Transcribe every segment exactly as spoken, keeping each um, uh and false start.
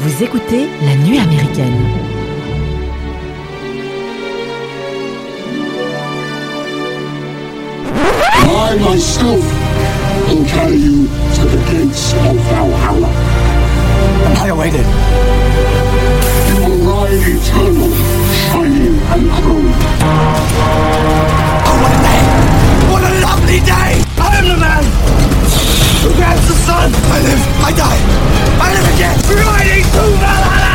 Vous écoutez La Nuit Américaine. I myself will carry you to the gates of Valhalla. Annihilated. You will ride eternal, shining and chrome. Oh, what a day! What a lovely day! I am the man who grabs the sun. I live, I die, I live again, riding to Valhalla!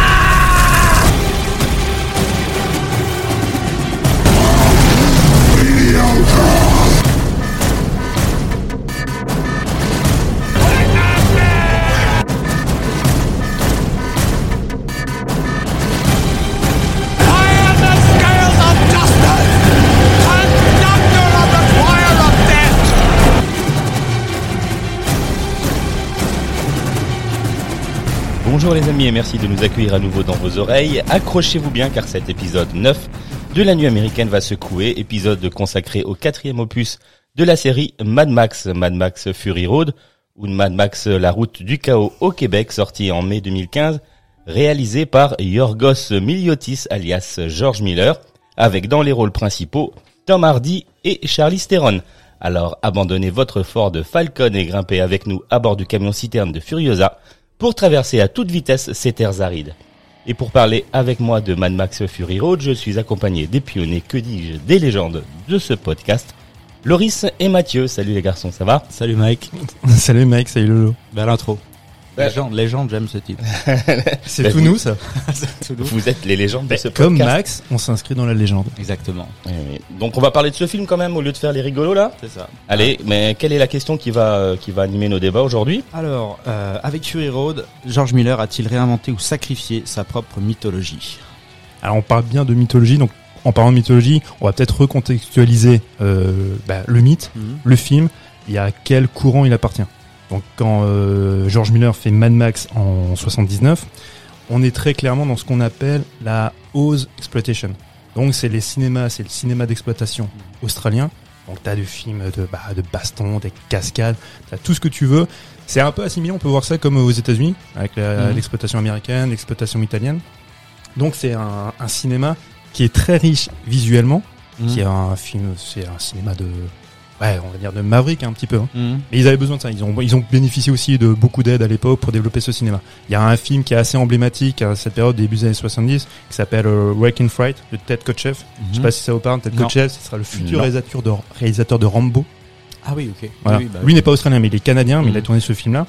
Bonjour les amis et merci de nous accueillir à nouveau dans vos oreilles. Accrochez-vous bien car cet épisode neuf de La Nuit Américaine va secouer, épisode consacré au quatrième opus de la série Mad Max, Mad Max Fury Road, ou Mad Max La Route du Chaos au Québec, sorti en mai deux mille quinze, réalisé par Yorgos Miliotis alias George Miller, avec dans les rôles principaux Tom Hardy et Charlize Theron. Alors abandonnez votre Ford Falcon et grimpez avec nous à bord du camion citerne de Furiosa, pour traverser à toute vitesse ces terres arides. Et pour parler avec moi de Mad Max Fury Road, je suis accompagné des pionniers, que dis-je, des légendes de ce podcast, Loris et Mathieu. Salut les garçons, ça va ? Salut Mike. Salut Mike, salut Lolo. Belle intro. Ouais. Légende, légende, j'aime ce type. C'est Bah, tout vous- nous ça. C'est tout nous. Vous êtes les légendes de ce Comme podcast. Max, on s'inscrit dans la légende. Exactement. Oui, oui. Donc on va parler de ce film quand même au lieu de faire les rigolos là. C'est ça. Allez, mais quelle est la question qui va euh, qui va animer nos débats aujourd'hui ? Alors, euh, avec Fury Road, George Miller a-t-il réinventé ou sacrifié sa propre mythologie ? Alors on parle bien de mythologie, donc en parlant de mythologie, on va peut-être recontextualiser euh, bah, le mythe, le film, et à quel courant il appartient. Donc quand euh, George Miller fait Mad Max en soixante-dix-neuf, on est très clairement dans ce qu'on appelle la Oz Exploitation. Donc c'est les cinémas, c'est le cinéma d'exploitation australien. Donc t'as des films de, bah, de baston, des cascades, t'as tout ce que tu veux. C'est un peu assimilé, on peut voir ça comme aux États-Unis, avec la- Mhm. l'exploitation américaine, l'exploitation italienne. Donc c'est un, un cinéma qui est très riche visuellement, Mmh. qui est un film, c'est un cinéma de, ouais, on va dire de Maverick un petit peu. Hein. Mmh. Mais ils avaient besoin de ça. Ils ont, ils ont bénéficié aussi de beaucoup d'aide à l'époque pour développer ce cinéma. Il y a un film qui est assez emblématique à cette période, début des années soixante-dix, qui s'appelle euh, Wrecking Fright de Ted Kotcheff. Je sais pas si ça vous parle. Ted Non. Kotcheff, ce sera le futur Non. réalisateur de, réalisateur de Rambo. Ah oui, ok. Voilà. Oui, bah, Lui n'est pas australien, mais il est canadien, mais il a Mhm. tourné ce film-là.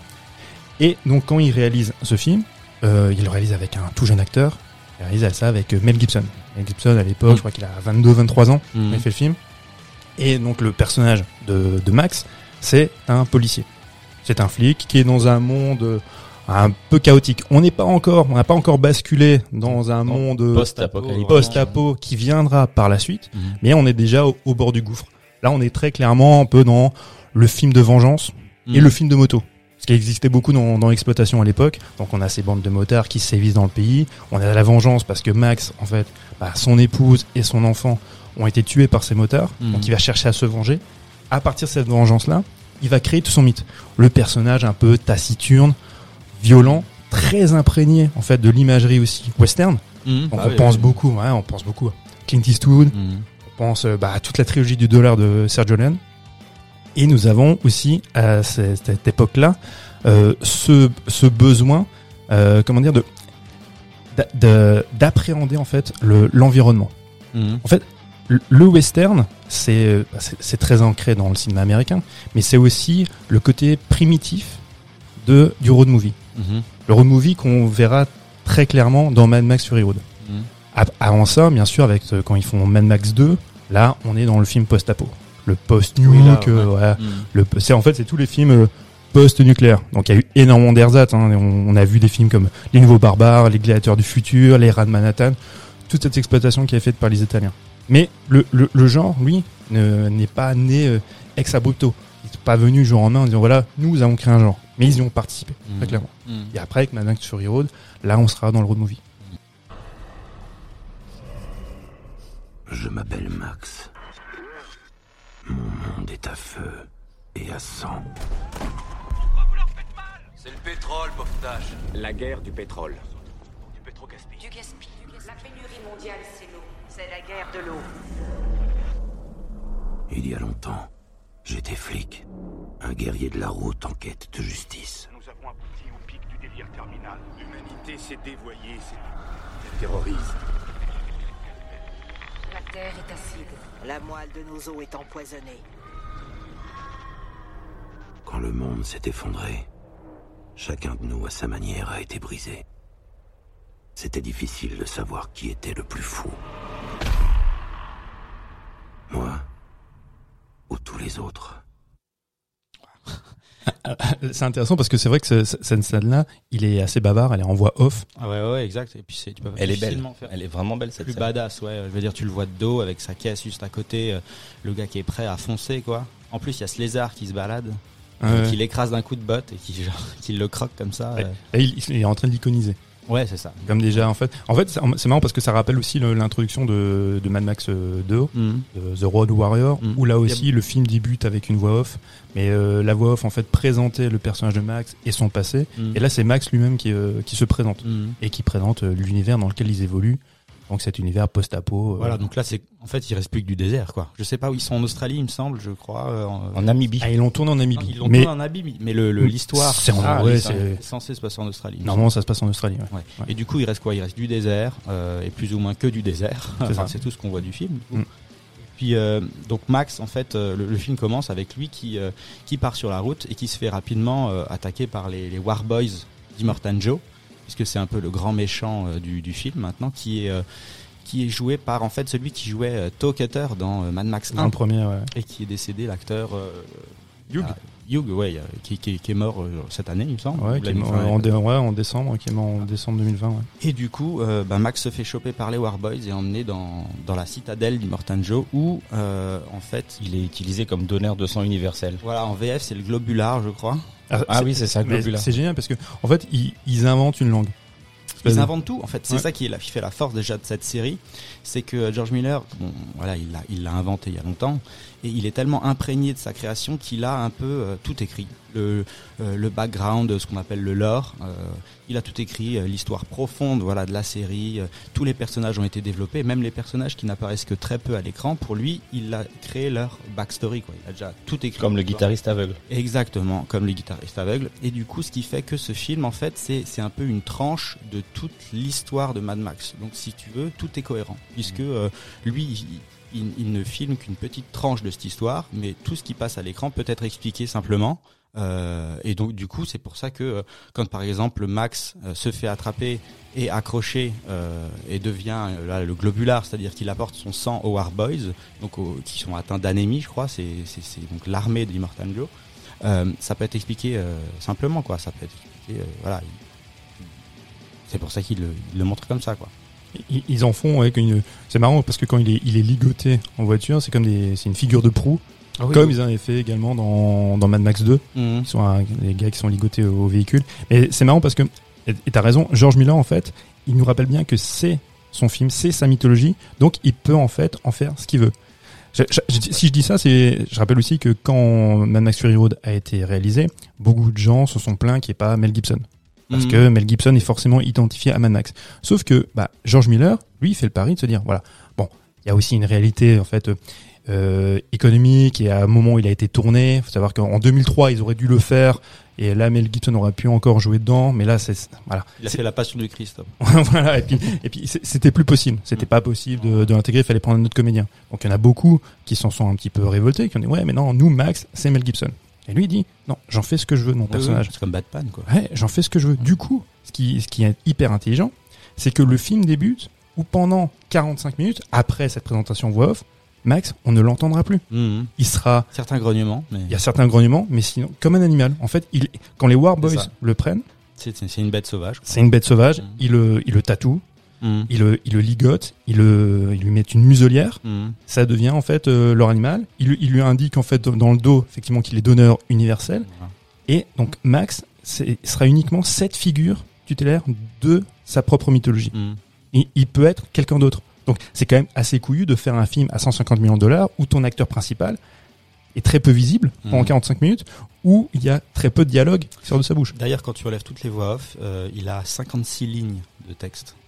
Et donc, quand il réalise ce film, euh, il le réalise avec un tout jeune acteur. Il réalise ça avec euh, Mel Gibson. Mel Gibson, à l'époque, Mhm. je crois qu'il a vingt-deux, vingt-trois ans mmh. quand il fait le film. Et donc, le personnage de, de Max, c'est un policier. C'est un flic qui est dans un monde euh, un peu chaotique. On n'est pas encore, on n'a pas encore basculé dans un Non, monde euh, post-apocalyptique. post-apo qui viendra par la suite, Mmh. mais on est déjà au, au bord du gouffre. Là, on est très clairement un peu dans le film de vengeance et Mmh. le film de moto. Ce qui existait beaucoup dans, dans l'exploitation à l'époque. Donc on a ces bandes de motards qui sévissent dans le pays. On a la vengeance parce que Max, en fait, bah, son épouse et son enfant ont été tués par ces motards. Mhm. Donc il va chercher à se venger. À partir de cette vengeance-là, il va créer tout son mythe. Le personnage un peu taciturne, violent, très imprégné en fait de l'imagerie aussi western. Mmh. Donc Ah on oui, pense oui. beaucoup, ouais, on pense beaucoup à Clint Eastwood. Mmh. On pense euh, bah, à toute la trilogie du dollar de Sergio Leone. Et nous avons aussi, à cette, cette époque-là, euh, ce, ce besoin, euh, comment dire, de, d'a- de- d'appréhender en fait le, l'environnement. Mmh. En fait, le- le western, c'est, euh, c'est, c'est très ancré dans le cinéma américain, mais c'est aussi le côté primitif de, du road movie. Mmh. Le road movie qu'on verra très clairement dans Mad Max Fury Road. Mmh. Ap- Avant ça, bien sûr, avec euh, quand ils font Mad Max deux, là, on est dans le film post-apo. Le post-nuke, Oui, là, euh, ouais. ouais. Mmh. Le, c'est en fait c'est tous les films euh, post-nucléaires. Donc il y a eu énormément d'ersatz. Hein, et on, on a vu des films comme Les Nouveaux Barbares, Les Gladiateurs du Futur, Les Rats de Manhattan, toute cette exploitation qui est faite par les Italiens. Mais le, le, le genre, lui, ne, n'est pas né euh, ex abrupto. Il n'est pas venu jour en main en disant voilà, nous avons créé un genre. Mais ils y ont participé, très Mmh. clairement. Mmh. Et après, avec Mad Max Fury Road, là on sera dans le road movie. Je m'appelle Max. Mon monde est à feu et à sang. C'est le pétrole, pauvre tâche. La guerre du pétrole. trop gaspille. Du gaspille. La pénurie mondiale, c'est l'eau. C'est la guerre de l'eau. Il y a longtemps, j'étais flic. Un guerrier de la route en quête de justice. Nous avons abouti au pic du délire terminal. L'humanité s'est dévoyée, c'est terroriste. La terre est acide. La moelle de nos os est empoisonnée. Quand le monde s'est effondré, chacun de nous, à sa manière, a été brisé. C'était difficile de savoir qui était le plus fou. Moi ou tous les autres. C'est intéressant parce que c'est vrai que ce- ce- cette scène-là, il est assez bavard, elle est en voix off. Ah ouais, ouais, exact. Et puis c'est, tu peux Elle est belle. facilement faire Elle est vraiment belle cette plus scène. badass, ouais. Je veux dire, tu le vois de dos avec sa caisse juste à côté, euh, le gars qui est prêt à foncer, quoi. En plus, il y a ce lézard qui se balade, Ouais. qui l'écrase d'un coup de botte et qui, genre, qui le croque comme ça. Ouais. euh. Là, il, il est en train de l'iconiser. Ouais, c'est ça. Comme déjà, en fait. En fait, c'est c'est marrant parce que ça rappelle aussi le- l'introduction de, de Mad Max euh, deux, Mhm. de The Road Warrior, Mm. où là aussi le film débute avec une voix off, mais euh, la voix off en fait présentait le personnage de Max et son passé, Mhm. et là c'est Max lui-même qui, euh, qui se présente Mhm. et qui présente euh, l'univers dans lequel ils évoluent. Donc cet univers post-apo. euh, Voilà, donc là, c'est, en fait, il reste plus que du désert, quoi. Je sais pas où ils sont en Australie, il me semble, je crois. euh, en, En Namibie. Ah, ils l'ont tourné en Namibie. Ils l'ont mais tourné en Namibie, mais le, le- l'histoire, c'est en- ah, ouais, l'histoire c'est- est censé se passer en Australie. il me normalement ça se passe en Australie. Ouais. Ouais. Ouais. Et du coup, il reste quoi? Il reste du désert, euh, et plus ou moins que du désert. C'est Enfin, ça. c'est tout ce qu'on voit du film. du coup. Mm. Puis euh, donc Max, en fait, euh, le, le film commence avec lui qui euh, qui part sur la route et qui se fait rapidement euh, attaquer par les, les War Boys d'Immortan Joe, puisque c'est un peu le grand méchant euh, du, du film maintenant, qui est euh, qui est joué par en fait celui qui jouait euh, Toe Cutter dans euh, Mad Max Dans un le premier, ouais. et qui est décédé, l'acteur euh, Hugh. ah, Hugh, ouais, euh, qui, qui, qui est mort euh, cette année, il me semble. Ouais, Ou qui est l'année- mort enfin, en, dé- ouais, en décembre, qui est mort en décembre deux mille vingt. Ouais. Et du coup, euh, bah, Max se fait choper par les War Boys et emmené dans, dans la citadelle d'Immortan Joe où, euh, en fait, Il est utilisé comme donneur de sang universel. voilà, en V F, c'est le globular, je crois. Ah oui, c'est ça, Mais Globula. c'est génial parce que en fait ils, ils inventent une langue. Ils inventent tout, en fait. C'est Ouais. ça qui, est la, qui fait la force déjà de cette série. C'est que George Miller, bon, voilà, il l'a, il l'a inventé il y a longtemps. Et il est tellement imprégné de sa création qu'il a un peu euh, tout écrit. Le, euh, le background, ce qu'on appelle le lore. Euh, il a tout écrit, euh, l'histoire profonde, voilà, de la série. Euh, tous les personnages ont été développés, même les personnages qui n'apparaissent que très peu à l'écran. Pour lui, il a créé leur backstory, quoi. Il a déjà tout écrit. Comme le guitariste aveugle. Exactement, comme le guitariste aveugle. Et du coup, ce qui fait que ce film, en fait, c'est c'est un peu une tranche de toute l'histoire de Mad Max. Donc, si tu veux, tout est cohérent, puisque euh, lui, il, il, il ne filme qu'une petite tranche de cette histoire, mais tout ce qui passe à l'écran peut être expliqué simplement. Euh, et donc, du coup, c'est pour ça que euh, quand, par exemple, Max euh, se fait attraper et accrocher euh, et devient euh, là, le globular, c'est-à-dire qu'il apporte son sang aux War Boys, donc aux, qui sont atteints d'anémie, je crois. C'est c'est c'est donc l'armée d'Immortan Joe. Euh, ça peut être expliqué euh, simplement, quoi. Ça peut être expliqué, euh, voilà. Il- C'est pour ça qu'il le, il le montre comme ça, quoi. Ils, ils en font avec une. C'est marrant parce que quand il est, il est ligoté en voiture, c'est comme des, c'est une figure de proue, comme ils en avaient fait également dans, dans Mad Max deux. Mhm. Ils sont un- les gars qui sont ligotés au, au véhicule. Et c'est marrant parce que, et et t'as raison, George Miller en fait, il nous rappelle bien que c'est son film, c'est sa mythologie, donc il peut en fait en faire ce qu'il veut. Je- je- je- si je dis ça, c'est, je rappelle aussi que quand Mad Max Fury Road a été réalisé, beaucoup de gens se sont plaints qu'il n'y ait pas Mel Gibson. Parce Mhm. que Mel Gibson est forcément identifié à Mad Max. Sauf que, bah, George Miller, lui, il fait le pari de se dire, voilà, bon, il y a aussi une réalité, en fait, euh, économique, et à un moment où il a été tourné, faut savoir qu'en deux mille trois, ils auraient dû le faire, et là, Mel Gibson aurait pu encore jouer dedans, mais là, c'est, voilà. Il a C'est- fait la passion du Christ. voilà, et puis, et puis c'est- c'était plus possible. C'était pas possible de, de l'intégrer, il fallait prendre un autre comédien. Donc il y en a beaucoup qui s'en sont un petit peu révoltés, qui ont dit, ouais, mais non, nous, Max, c'est Mel Gibson. Et lui, il dit, non, j'en fais ce que je veux de mon personnage. C'est comme Batman, quoi. Ouais, j'en fais ce que je veux. Du coup, ce qui, ce qui est hyper intelligent, c'est que le film débute où pendant quarante-cinq minutes, après cette présentation voix off, Max, on ne l'entendra plus. Mhm. Il sera, Certains grognements, mais il y a certains grognements, mais sinon, comme un animal. En fait, il, quand les War C'est Boys ça. le prennent, c'est c'est- c'est une bête sauvage, quoi. c'est une bête sauvage, Mhm. il le, il le tatoue, Mhm. il le, il le ligote, il le, il lui met une muselière, Mhm. ça devient en fait euh, leur animal. Il, lui- il lui indique en fait dans dans le dos, effectivement, qu'il est donneur universel. Voilà. Et donc Max c'est, sera uniquement cette figure tutélaire de sa propre mythologie. Mhm. Il, il peut être quelqu'un d'autre. Donc c'est quand même assez couillu de faire un film à cent cinquante millions de dollars où ton acteur principal est très peu visible pendant Mhm. quarante-cinq minutes, où il y a très peu de dialogue qui sort de sa bouche. D'ailleurs, quand tu relèves toutes les voix off, euh, il a cinquante-six lignes de texte.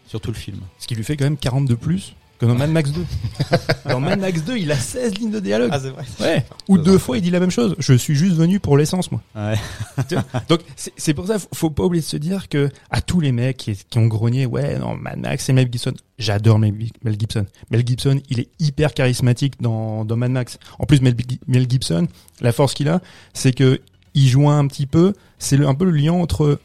sur tout le film. Ce qui lui fait quand même quarante de plus que dans Mad Max deux. Dans Mad Max deux, il a seize lignes de dialogue. Ah, c'est vrai. Ouais. Ou deux fois, il dit la même chose. Je suis juste venu pour l'essence, moi. Ouais. Donc, c'est, c'est pour ça, faut, faut pas oublier de se dire que, à tous les mecs qui, qui ont grogné, ouais, non, Mad Max, c'est Mel Gibson. J'adore Mel, Mel Gibson. Mel Gibson, il est hyper charismatique dans, dans Mad Max. En plus, Mel, Mel Gibson, la force qu'il a, c'est que, il joint un petit peu, c'est le, un peu le lien entre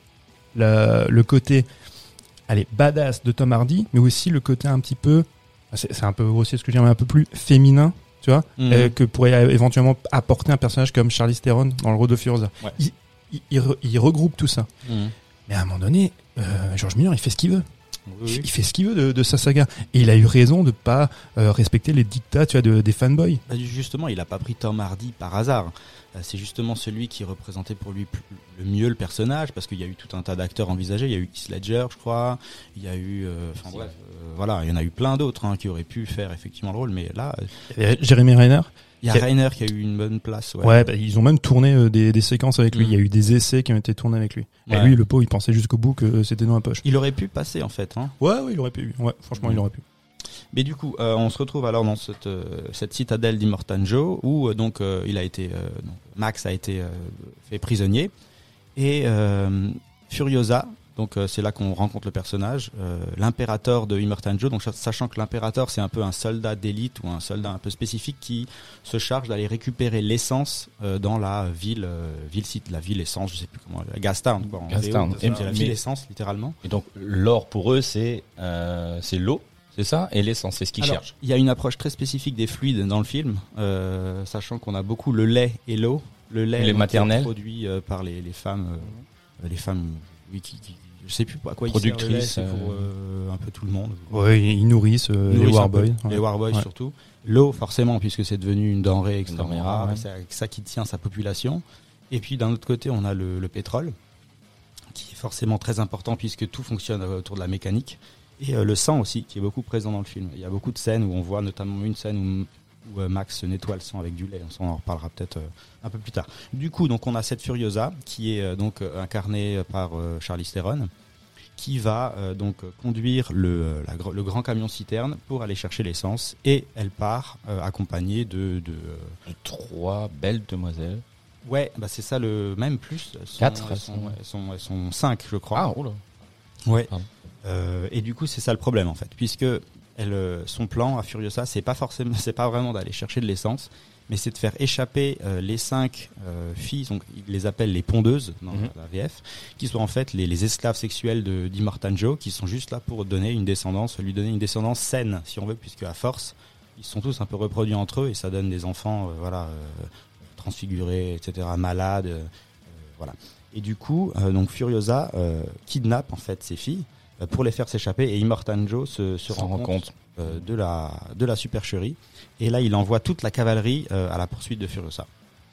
la, le côté, allez, badass de Tom Hardy, mais aussi le côté un petit peu, c'est, c'est un peu grossier ce que je dis, mais un peu plus féminin, tu vois, mmh. euh, que pourrait éventuellement apporter un personnage comme Charlize Theron dans le rôle de Furiosa. Ouais. Il, il, il, re, il regroupe tout ça. Mmh. Mais à un moment donné, euh, George Miller, il fait ce qu'il veut. Oui, oui. Il fait ce qu'il veut de, de sa saga. Et il a eu raison de pas euh, respecter les dictats, tu vois, de, des fanboys. Bah justement, il a pas pris Tom Hardy par hasard. C'est justement celui qui représentait pour lui le mieux le personnage, parce qu'il y a eu tout un tas d'acteurs envisagés. Il y a eu Heath Ledger, je crois. Il y a eu, euh, enfin bref, euh, voilà, il y en a eu plein d'autres hein, qui auraient pu faire effectivement le rôle, mais là, euh, Jeremy Renner. Il y a Renner qui a eu une bonne place. Ouais, ouais bah, ils ont même tourné euh, des, des séquences avec lui. Mmh. Il y a eu des essais qui ont été tournés avec lui. Ouais. Et lui, le pauvre, il pensait jusqu'au bout que c'était dans la poche. Il aurait pu passer en fait. Hein. Ouais, ouais, il aurait pu. Ouais, franchement, mmh. il aurait pu. Mais du coup, euh, on se retrouve alors dans cette, euh, cette citadelle d'Immortan Joe où euh, donc euh, il a été, euh, donc, Max a été euh, fait prisonnier et euh, Furiosa. Donc euh, c'est là qu'on rencontre le personnage, euh, l'impérateur de Immortan Joe. Donc sachant que l'impérateur c'est un peu un soldat d'élite ou un soldat un peu spécifique qui se charge d'aller récupérer l'essence euh, dans la ville, euh, ville site, la ville essence, je sais plus comment, la Gastown quoi. Gastown. C'est la ville essence littéralement. Et donc l'or pour eux c'est euh, c'est l'eau. C'est ça, et l'essence, c'est ce qu'ils Alors, cherchent. Il y a une approche très spécifique des fluides dans le film, euh, sachant qu'on a beaucoup le lait et l'eau. Le lait les maternels produit euh, par les, les femmes, euh, les femmes, oui, qui, qui, je sais plus à quoi ils productrices, servent le lait, c'est pour euh, un peu tout le monde. Ouais, ils nourrissent, euh, ils les warboys, ouais. les warboys ouais. surtout. L'eau, forcément, puisque c'est devenu une denrée extrêmement rare, ouais. c'est ça qui tient sa population. Et puis d'un autre côté, on a le, le pétrole, qui est forcément très important puisque tout fonctionne autour de la mécanique. Et euh, le sang aussi, qui est beaucoup présent dans le film. Il y a beaucoup de scènes où on voit notamment une scène où, où euh, Max nettoie le sang avec du lait. On en reparlera peut-être euh, un peu plus tard. Du coup, donc on a cette Furiosa qui est euh, donc euh, incarnée par euh, Charlize Theron, qui va euh, donc conduire le, euh, la, le grand camion citerne pour aller chercher l'essence. Et elle part euh, accompagnée de, de, euh, de trois belles demoiselles. Ouais, bah c'est ça le même plus. Elles sont, Quatre. Elles sont, elles sont, elles sont cinq, je crois. Ah, oh là. Ouais. Pardon. Euh, et du coup, c'est ça le problème en fait, puisque elle, son plan à Furiosa, c'est pas forcément, c'est pas vraiment d'aller chercher de l'essence, mais c'est de faire échapper euh, les cinq euh, filles, donc ils les appellent les pondeuses dans mm-hmm. la V F, qui sont en fait les, les esclaves sexuels de d'Immortan Joe, qui sont juste là pour donner une descendance, lui donner une descendance saine, si on veut, puisque à force, ils sont tous un peu reproduits entre eux et ça donne des enfants, euh, voilà, euh, transfigurés, et cetera, malades, euh, voilà. Et du coup, euh, donc Furiosa euh, kidnappe en fait ces filles pour les faire s'échapper et Immortan Joe se, se rend compte, compte. Euh, de la de la supercherie et là il envoie toute la cavalerie euh, à la poursuite de Furiosa.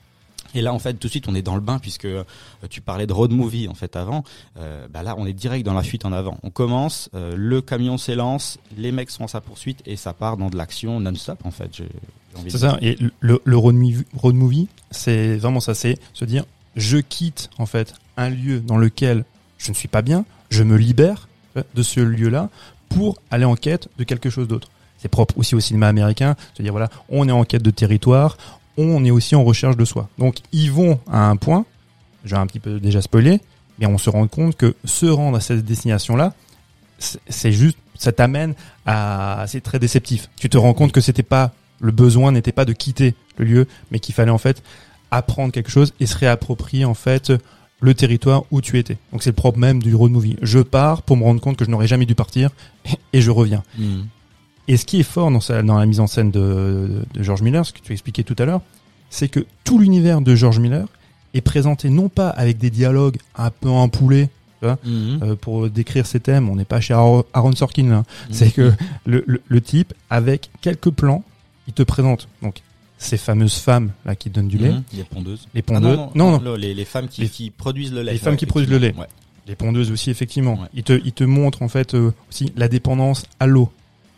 Et là en fait tout de suite on est dans le bain puisque euh, tu parlais de road movie en fait avant, euh, bah là on est direct dans la fuite en avant. On commence, euh, le camion s'élance, les mecs sont à sa poursuite et ça part dans de l'action non-stop en fait. J'ai, j'ai envie c'est de ça. Et le, le road movie, road movie, c'est vraiment ça, c'est se dire je quitte en fait un lieu dans lequel je ne suis pas bien, je me libère de ce lieu-là pour aller en quête de quelque chose d'autre. C'est propre aussi au cinéma américain, c'est-à-dire voilà, on est en quête de territoire, on est aussi en recherche de soi. Donc ils vont à un point, j'ai un petit peu déjà spoilé, mais on se rend compte que se rendre à cette destination-là, c'est, c'est juste, ça t'amène à, c'est très déceptif. Tu te rends compte que c'était pas, le besoin n'était pas de quitter le lieu, mais qu'il fallait en fait apprendre quelque chose et se réapproprier en fait le territoire où tu étais. Donc c'est le propre même du road movie. Je pars pour me rendre compte que je n'aurais jamais dû partir et, et je reviens. Mmh. Et ce qui est fort dans, sa, dans la mise en scène de, de George Miller, ce que tu expliquais tout à l'heure, c'est que tout l'univers de George Miller est présenté non pas avec des dialogues un peu empoulés, tu vois, mmh. euh, pour décrire ses thèmes, on n'est pas chez Aaron Sorkin là. Mmh. C'est que le, le, le type, avec quelques plans, il te présente donc ces fameuses femmes là qui donnent du lait, mmh, les pondeuses, les pondeuses, ah non, non, non, non, non, les, les femmes qui, les, qui produisent le lait, les femmes ouais, qui produisent le lait, ouais. Les pondeuses aussi effectivement. Ouais. Ils te, ils te montrent en fait euh, aussi la dépendance à l'eau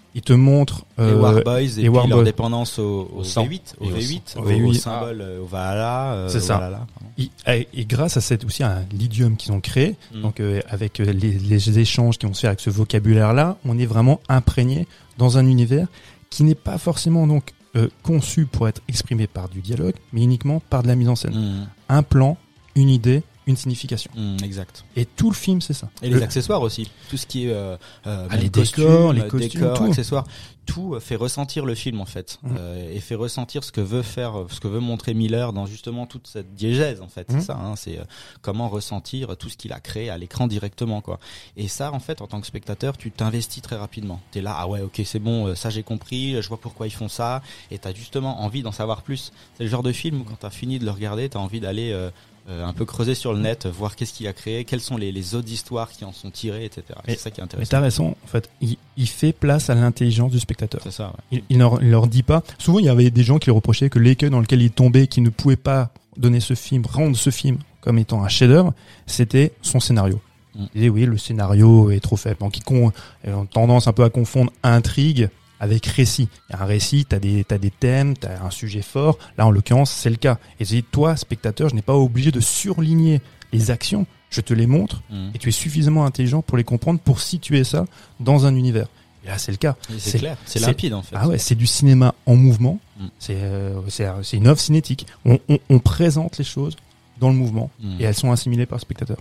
il te montre les euh, Warboys et les puis War leur Boys. dépendance au, au sang. V huit, au Et au V huit, sang. au, au V huit. au symbole, euh, au Valhalla. euh, C'est au ça. Valhalla, pardon. Et, et- et grâce à cette aussi à l'idiome qu'ils ont créé, Mm. donc euh, avec euh, les, les échanges qui vont se faire avec ce vocabulaire-là, on est vraiment imprégné dans un univers qui n'est pas forcément donc euh, conçu pour être exprimé par du dialogue, mais uniquement par de la mise en scène. Mm. Un plan, une idée, une signification. Mm, exact. Et tout le film, c'est ça. Et Le- les accessoires aussi, tout ce qui est euh, euh, Ah, même les costumes, décors, les euh, costumes, décors, tout. accessoires, tout euh, fait ressentir le film en fait, Mm. euh, et fait ressentir ce que veut faire, euh, ce que veut montrer Miller dans justement toute cette diégèse en fait. Mm. C'est ça, hein, c'est euh, comment ressentir tout ce qu'il a créé à l'écran directement quoi. Et ça en fait, en tant que spectateur, tu t'investis très rapidement. T'es là, ah ouais, ok, c'est bon, euh, ça j'ai compris, je vois pourquoi ils font ça, et t'as justement envie d'en savoir plus. C'est le genre de film où quand t'as fini de le regarder, t'as envie d'aller euh, euh, un peu creuser sur le net, voir qu'est-ce qu'il a créé, quelles sont les, les autres histoires qui en sont tirées, et cetera. Et Et- c'est ça qui est Mais intéressant. t'as raison, en fait, il, il fait place à l'intelligence du spectateur. C'est ça, ouais. Il, il, leur, il leur dit pas. Souvent, il y avait des gens qui lui reprochaient que l'écueil dans lequel il tombait, qui ne pouvait pas donner ce film, rendre ce film comme étant un chef-d'œuvre, c'était son scénario. Mm. Il disait oui, le scénario est trop faible. Donc, ils con- ils ont tendance un peu à confondre intrigue avec récit. Il y a un récit, t'as des, t'as des thèmes, t'as un sujet fort. Là, en l'occurrence, c'est le cas. Et je dis, toi, spectateur, je n'ai pas obligé de surligner les actions. Je te les montre Mm. et tu es suffisamment intelligent pour les comprendre, pour situer ça dans un univers. Et là, c'est le cas. Et C'est C'est- clair, c'est c'est- limpide en fait. Ah ouais, c'est du cinéma en mouvement. Mm. C'est, euh, c'est, c'est une œuvre cinétique. On, on, on présente les choses dans le mouvement Mm. et elles sont assimilées par le spectateur.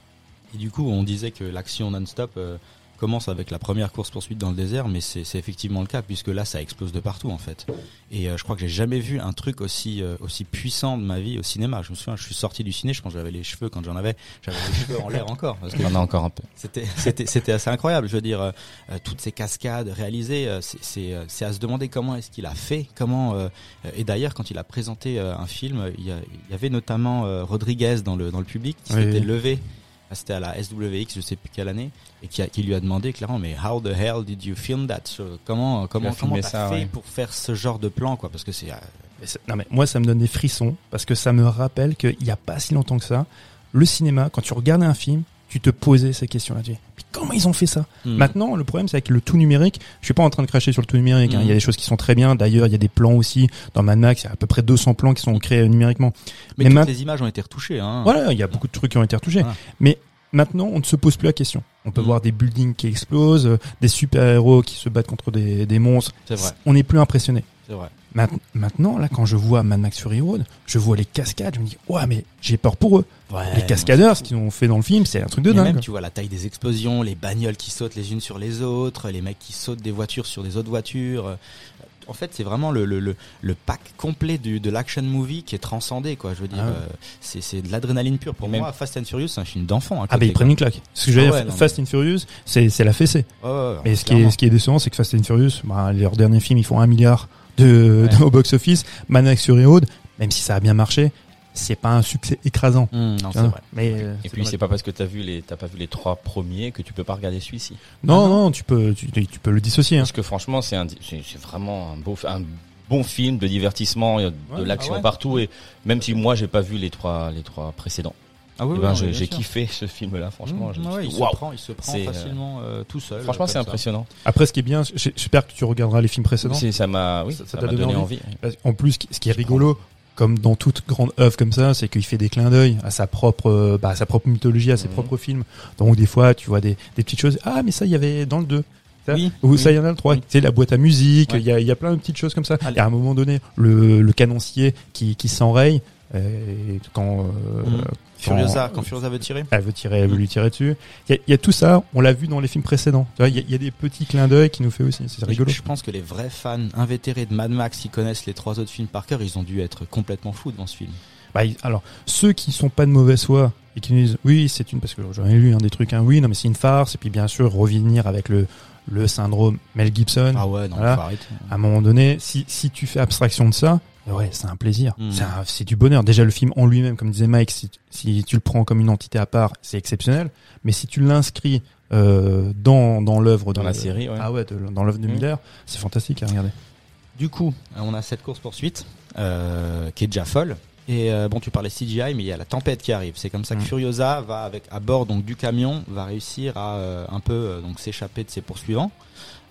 Et du coup, on disait que l'action non-stop euh, commence avec la première course-poursuite dans le désert, mais c'est c'est effectivement le cas, puisque là, ça explose de partout, en fait. Et euh, je crois que j'ai jamais vu un truc aussi euh, aussi puissant de ma vie au cinéma. Je me souviens, je suis sorti du ciné, je pense que j'avais les cheveux, quand j'en avais, j'avais les cheveux en l'air encore. Parce que On en a encore un peu. C'était, c'était, c'était assez incroyable. Je veux dire, euh, euh, toutes ces cascades réalisées, euh, c'est, c'est, euh, c'est à se demander comment est-ce qu'il a fait, comment. Euh, et d'ailleurs, quand il a présenté euh, un film, il y, a, il y avait notamment euh, Rodriguez dans le dans le public qui Oui, s'était oui. levé. C'était à la S W X, je sais plus quelle année, et qui, a, qui lui a demandé clairement, mais how the hell did you film that? Comment comment Il a comment filmé t'as ça, fait ouais. pour faire ce genre de plan, quoi? Parce que c'est euh, Et c'est- non mais moi, ça me donne des frissons parce que ça me rappelle qu'il n'y a pas si longtemps que ça, le cinéma, quand tu regardais un film, tu te posais ces questions-là. Tu dis, mais comment ils ont fait ça? hmm. Maintenant, le problème, c'est avec le tout numérique. Je suis pas en train de cracher sur le tout numérique. hein. Mhm. Il y a des choses qui sont très bien. D'ailleurs, il y a des plans aussi. Dans Mad Max, il y a à peu près deux cents plans qui sont créés euh, numériquement. Mais, mais toutes ma- les images ont été retouchées, hein. Voilà, il y a beaucoup de trucs qui ont été retouchés. Voilà. Mais maintenant, on ne se pose plus la question. On peut Mhm. voir des buildings qui explosent, euh, des super-héros qui se battent contre des, des monstres. C'est vrai, On n'est plus impressionné. c'est vrai. Ma- Maintenant, là, quand je vois Mad Max Fury Road, je vois les cascades, je me dis, ouais, mais j'ai peur pour eux. Ouais, les non, cascadeurs, c'est ce qu'ils ont fait dans le film, c'est un truc de Et dingue. même, tu vois la taille des explosions, les bagnoles qui sautent les unes sur les autres, les mecs qui sautent des voitures sur des autres voitures. Euh, En fait, c'est vraiment le, le, le, le pack complet du, de l'action movie qui est transcendé, quoi. Je veux dire, Ah ouais. euh, c'est, c'est de l'adrénaline pure. Pour Et même- moi, Fast and Furious, c'est un film d'enfant. à Ah, bah, côté, ils prennent une claque. Ce que je veux Ah dire, ouais, non, Fast and Furious, c'est, c'est la fessée. quoi. Ouais, ouais, ouais, Mais ce qui, est, clairement. ce qui est décevant, c'est que Fast and Furious, bah, leurs derniers films, ils font un milliard de, Ouais. de- au box-office. Mad Max Fury Road, même si ça a bien marché, c'est pas un succès écrasant. Hum, non, c'est Hein. vrai. Mais, euh, Et c'est puis dommage. c'est pas parce que t'as vu les t'as pas vu les trois premiers que tu peux pas regarder celui-ci. Non, non, tu peux, tu, tu peux le dissocier. Hein. Parce que franchement c'est un c'est, c'est vraiment un beau un bon film de divertissement, il y a de Ouais, l'action ah ouais. partout et même si moi j'ai pas vu les trois les trois précédents, Ah oui, eh oui, ben, non, j'ai, mais bien j'ai sûr. kiffé ce film-là. Franchement, Hum, je me ouais, suis il dit, se waouh. prend, il se prend C'est, euh, facilement euh, tout seul. Franchement, euh, c'est comme ça. impressionnant. Après, ce qui est bien, j- j'espère que tu regarderas les films précédents. C'est, ça m'a, oui, Ça- ça, ça t'a m'a donné donné envie envie. Parce- En plus, ce qui est rigolo, comme dans toute grande œuvre comme ça, c'est qu'il fait des clins d'œil à sa propre, euh, bah, à sa propre mythologie, à ses Mhm. propres films. Donc des fois, tu vois des, des petites choses. Ah, mais ça, il y avait dans le deux. Ça, Oui, ou oui. ça, il y en a le trois. Oui. C'est la boîte à musique. Il Ouais. y, a, il y a plein de petites choses comme ça. Allez. Et à un moment donné, le, le canoncier qui, qui s'enraye, euh, quand, euh, Mhm. quand- Furiosa, quand Furiosa veut tirer. elle veut tirer, elle veut lui tirer dessus. Il y a, il y a tout ça. On l'a vu dans les films précédents. Tu vois, il y a, il y a des petits clins d'œil qui nous fait aussi. C'est rigolo. Je, je pense que les vrais fans invétérés de Mad Max qui connaissent les trois autres films par cœur, ils ont dû être complètement fous devant ce film. Bah, il- alors, ceux qui sont pas de mauvaise foi et qui nous disent oui, c'est une, parce que j'en ai lu hein, des trucs, hein, oui, non, mais c'est une farce, et puis bien sûr, revenir avec le, le syndrome Mel Gibson. Ah ouais, non, Voilà. faut arrêter. À un moment donné, si, si tu fais abstraction de ça, ouais, c'est un plaisir. Mm. C'est, un- c'est du bonheur. Déjà, le film en lui-même, comme disait Mike, si, si tu le prends comme une entité à part, c'est exceptionnel. Mais si tu l'inscris euh, dans, dans l'œuvre Dans de la série, ouais. ah ouais, de- dans l'œuvre de Mm. Miller, c'est fantastique à regarder. Du coup, on a cette course poursuite euh, qui est déjà folle. Et euh, bon, tu parlais C G I, mais il y a la tempête qui arrive. C'est comme ça que Mm. Furiosa va avec à bord donc du camion va réussir à euh, un peu euh, donc s'échapper de ses poursuivants.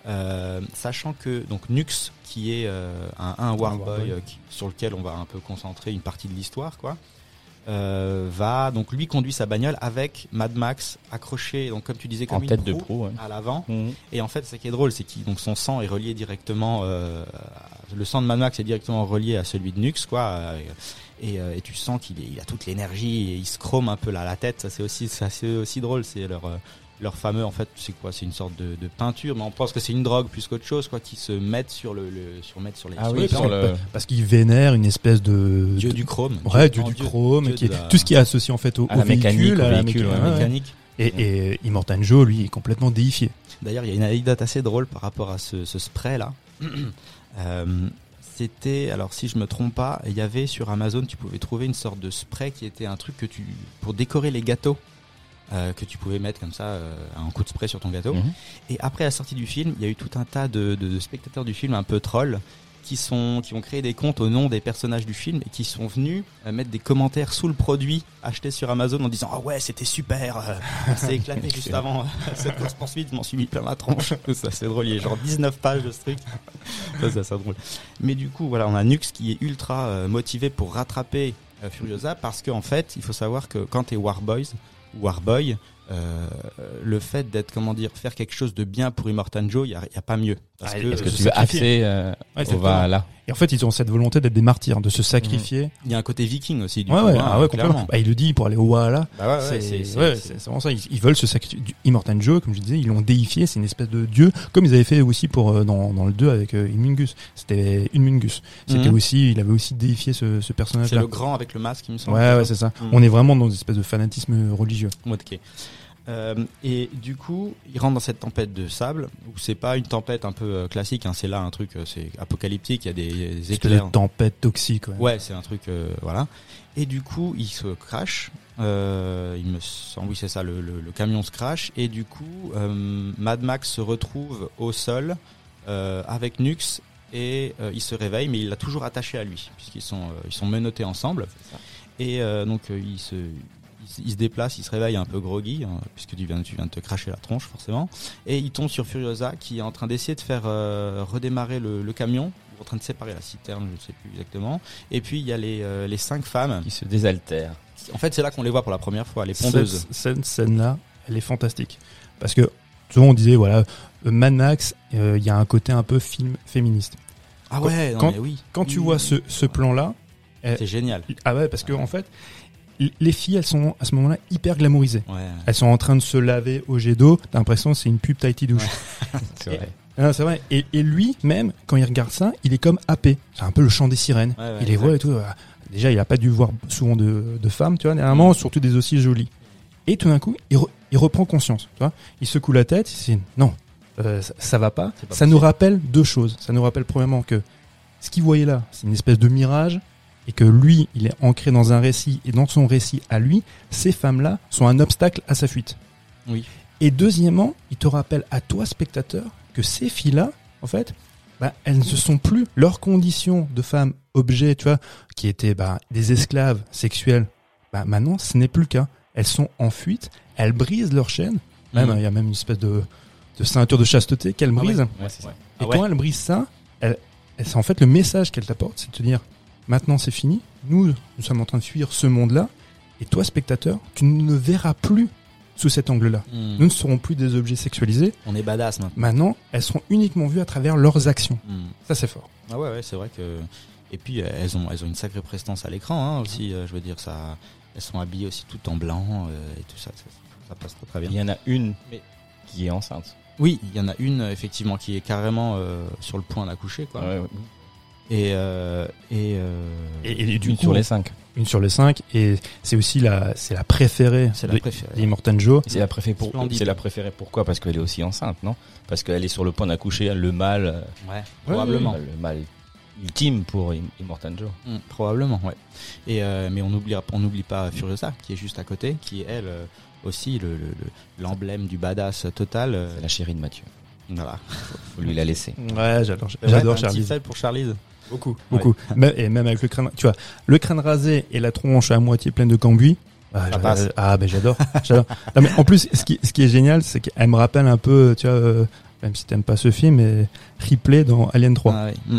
Euh, sachant que donc Nux, qui est euh, un, un Warboy Warboy. euh, qui- sur lequel on va un peu concentrer une partie de l'histoire, quoi, euh, va donc lui conduit sa bagnole avec Mad Max accroché, donc comme tu disais, comme En une tête de proue proue, ouais. à l'avant. Mhm. Et en fait, ce qui est drôle, c'est que donc son sang est relié directement, euh, à- le sang de Mad Max est directement relié à celui de Nux, quoi. euh, Et, euh, et tu sens qu'il est, il a toute l'énergie et il se chrome un peu la, la tête. Ça c'est aussi, ça c'est aussi drôle. C'est leur euh, leur fameux, en fait, c'est quoi? C'est une sorte de, de peinture, mais on pense que c'est une drogue plus qu'autre chose, quoi, qui se mettent sur le, le sur mettre sur les Ah sur oui, les sur planches. le- Parce qu'il vénère une espèce de Dieu de- du chrome. ouais, Dieu- dieu non, du chrome, Dieu qui est, de la- tout ce qui est associé en fait au, À au la mécanique, véhicule, au à la véhicule, mécanique, ouais, ouais. mécanique. Et, et Immortan Joe, lui, est complètement déifié. D'ailleurs, il y a une anecdote assez drôle par rapport à ce, ce spray là. euh, C'était, alors si je me trompe pas, il y avait sur Amazon, tu pouvais trouver une sorte de spray qui était un truc que tu pour décorer les gâteaux, euh, que tu pouvais mettre comme ça, euh, un coup de spray sur ton gâteau. Mhm. Et après la sortie du film, il y a eu tout un tas de, de, de spectateurs du film un peu trolls qui sont qui ont créé des comptes au nom des personnages du film et qui sont venus euh, mettre des commentaires sous le produit acheté sur Amazon en disant ah ouais c'était super, euh, on s'est éclaté juste avant euh, cette course poursuite, je m'en suis mis plein la tronche. Ça c'est drôle, il y a genre dix-neuf pages de ce truc. Ça c'est assez drôle. Mais du coup voilà, on a Nux qui est ultra euh, motivé pour rattraper euh, Furiosa parce que en fait il faut savoir que quand t'es Warboys ou Warboy, euh, le fait d'être, comment dire, faire quelque chose de bien pour Immortan Joe, il y a, y a pas mieux. Parce Ah, que Est-ce que se tu veux sacrifier. axer euh, Ouais, au va là? Et en fait, ils ont cette volonté d'être des martyrs, de se sacrifier. il y a un côté viking aussi. Du Ouais, coup, ouais, hein, ah ouais, complètement. clairement. Bah, il le dit pour aller au Wahala. Bah ouais, ouais, c'est, c'est- c'est- ouais, c'est- c'est, c'est vraiment ça. Ils, ils veulent se sacrifier. Du- Immortan Joe, comme je disais, ils l'ont déifié. C'est une espèce de dieu, comme ils avaient fait aussi pour euh, dans, dans le deux avec euh, Inmungus. C'était Inmungus. C'était Mhm. aussi, il avait aussi déifié ce, ce C'est personnage-là. le grand avec le masque, il me semble. Ouais, ouais, c'est ça. Mhm. On est vraiment dans une espèce de fanatisme religieux. Ok. Euh, et du coup, il rentre dans cette tempête de sable où c'est pas une tempête un peu euh, classique, hein, c'est là un truc, euh, c'est apocalyptique, il y a des, des Espèce éclairs. de tempête toxique. Ouais. Ouais, c'est un truc, euh, voilà. Et du coup, il se crash. Euh, il me semble, oui, c'est ça, le, le, le camion se crash. Et du coup, euh, Mad Max se retrouve au sol euh, avec Nux et euh, il se réveille, mais il l'a toujours attaché à lui puisqu'ils sont, euh, ils sont menottés ensemble. Et euh, donc, euh, il se il se- il se déplace, il se réveille un peu groggy, hein, puisque tu viens, tu viens de te cracher la tronche forcément, et il tombe sur Furiosa qui est en train d'essayer de faire euh, redémarrer le, le camion, ou en train de séparer la citerne, je ne sais plus exactement. Et puis il y a les, euh, les cinq femmes. Qui se désaltèrent. En fait, c'est là qu'on les voit pour la première fois, les Cette, pondeuses. cette scène-là, elle est fantastique. Parce que souvent on disait, voilà, euh, Mad Max, euh, il y a un côté un peu film féministe. Ah ouais, non, quand, mais oui. quand tu Oui, vois oui, ce, oui. ce plan-là, euh, C'est génial. ah ouais, parce que en fait, l- les filles, elles sont à ce moment-là hyper glamourisées. Ouais. Elles sont en train de se laver au jet d'eau. T'as l'impression que c'est une pub Tahiti douche. C'est vrai. Ah, c'est vrai. Et, et lui, même, quand il regarde ça, il est comme happé. C'est un peu le chant des sirènes. Ouais, ouais, il les voit et tout. Voilà. Déjà, il a pas dû voir souvent de, de femmes, tu vois, dernièrement, Mm. surtout des aussi jolies. Et tout d'un coup, il, re- il reprend conscience, tu vois. Il secoue la tête, il se dit, non, euh, ça, ça va pas. C'est pas ça possible. nous rappelle deux choses. Ça nous rappelle premièrement que ce qu'il voyait là, c'est une espèce de mirage, et que lui, il est ancré dans un récit, et dans son récit à lui, ces femmes-là sont un obstacle à sa fuite. Oui. Et deuxièmement, il te rappelle à toi, spectateur, que ces filles-là, en fait, bah, elles ne sont plus leurs conditions de femmes objets, tu vois, qui étaient bah, des esclaves sexuels. Bah, maintenant, ce n'est plus le cas. Elles sont en fuite, elles brisent leur chaîne. Même, il Mhm. y a même une espèce de, de ceinture de chasteté qu'elles Ah ouais. brisent. Ouais, c'est ça. Et Ah ouais. quand elles brisent ça, elles, elles- c'est en fait le message qu'elles t'apportent, c'est de te dire, maintenant c'est fini, nous, nous sommes en train de fuir ce monde-là, et toi, spectateur, tu ne verras plus sous cet angle-là. Mm. Nous ne serons plus des objets sexualisés. On est badass maintenant. Maintenant, elles seront uniquement vues à travers leurs actions. Mm. Ça, c'est fort. Ah ouais, ouais, c'est vrai que. Et puis euh, elles ont, elles ont une sacrée prestance à l'écran hein, aussi. euh, je veux dire, ça, elles sont habillées aussi tout en blanc euh, et tout ça, ça, ça passe très très bien. Il y en a une Mais- qui est enceinte. Oui, il y en a une euh, effectivement qui est carrément euh, sur le point d'accoucher, quoi. Ouais, ouais. Et euh, et, euh, Et, et du Une coup, sur les cinq. une sur les cinq, et c'est aussi la, c'est la préférée c'est de- la préférée. d'Immortan Joe. C'est la préférée pour, Splendide. c'est la préférée pourquoi? Parce qu'elle est aussi enceinte, non? Parce qu'elle est sur le point d'accoucher, le mâle, euh, Ouais, probablement. le mâle ultime pour Im- Immortan Joe. Mm, probablement, ouais. Et euh, mais on n'oublie on n'oublie pas Furiosa qui est juste à côté, qui est elle euh, aussi le le- le- l'emblème du badass total. euh, C'est la chérie de Mathieu. voilà. Faut lui la laisser. Ouais, j'adore, Ouais, j'adore un petit Charlie. faible pour Charlize. Beaucoup, beaucoup. Même- et même avec le crâne, tu vois, le crâne rasé et la tronche à moitié pleine de cambouis. Ah, Ça j'a- passe. ah, ben j'adore, j'adore. Non, mais en plus, ce qui, ce qui est génial, c'est qu'elle me rappelle un peu, tu vois, euh, même si t'aimes pas ce film, mais Ripley dans Alien trois. Ah, oui.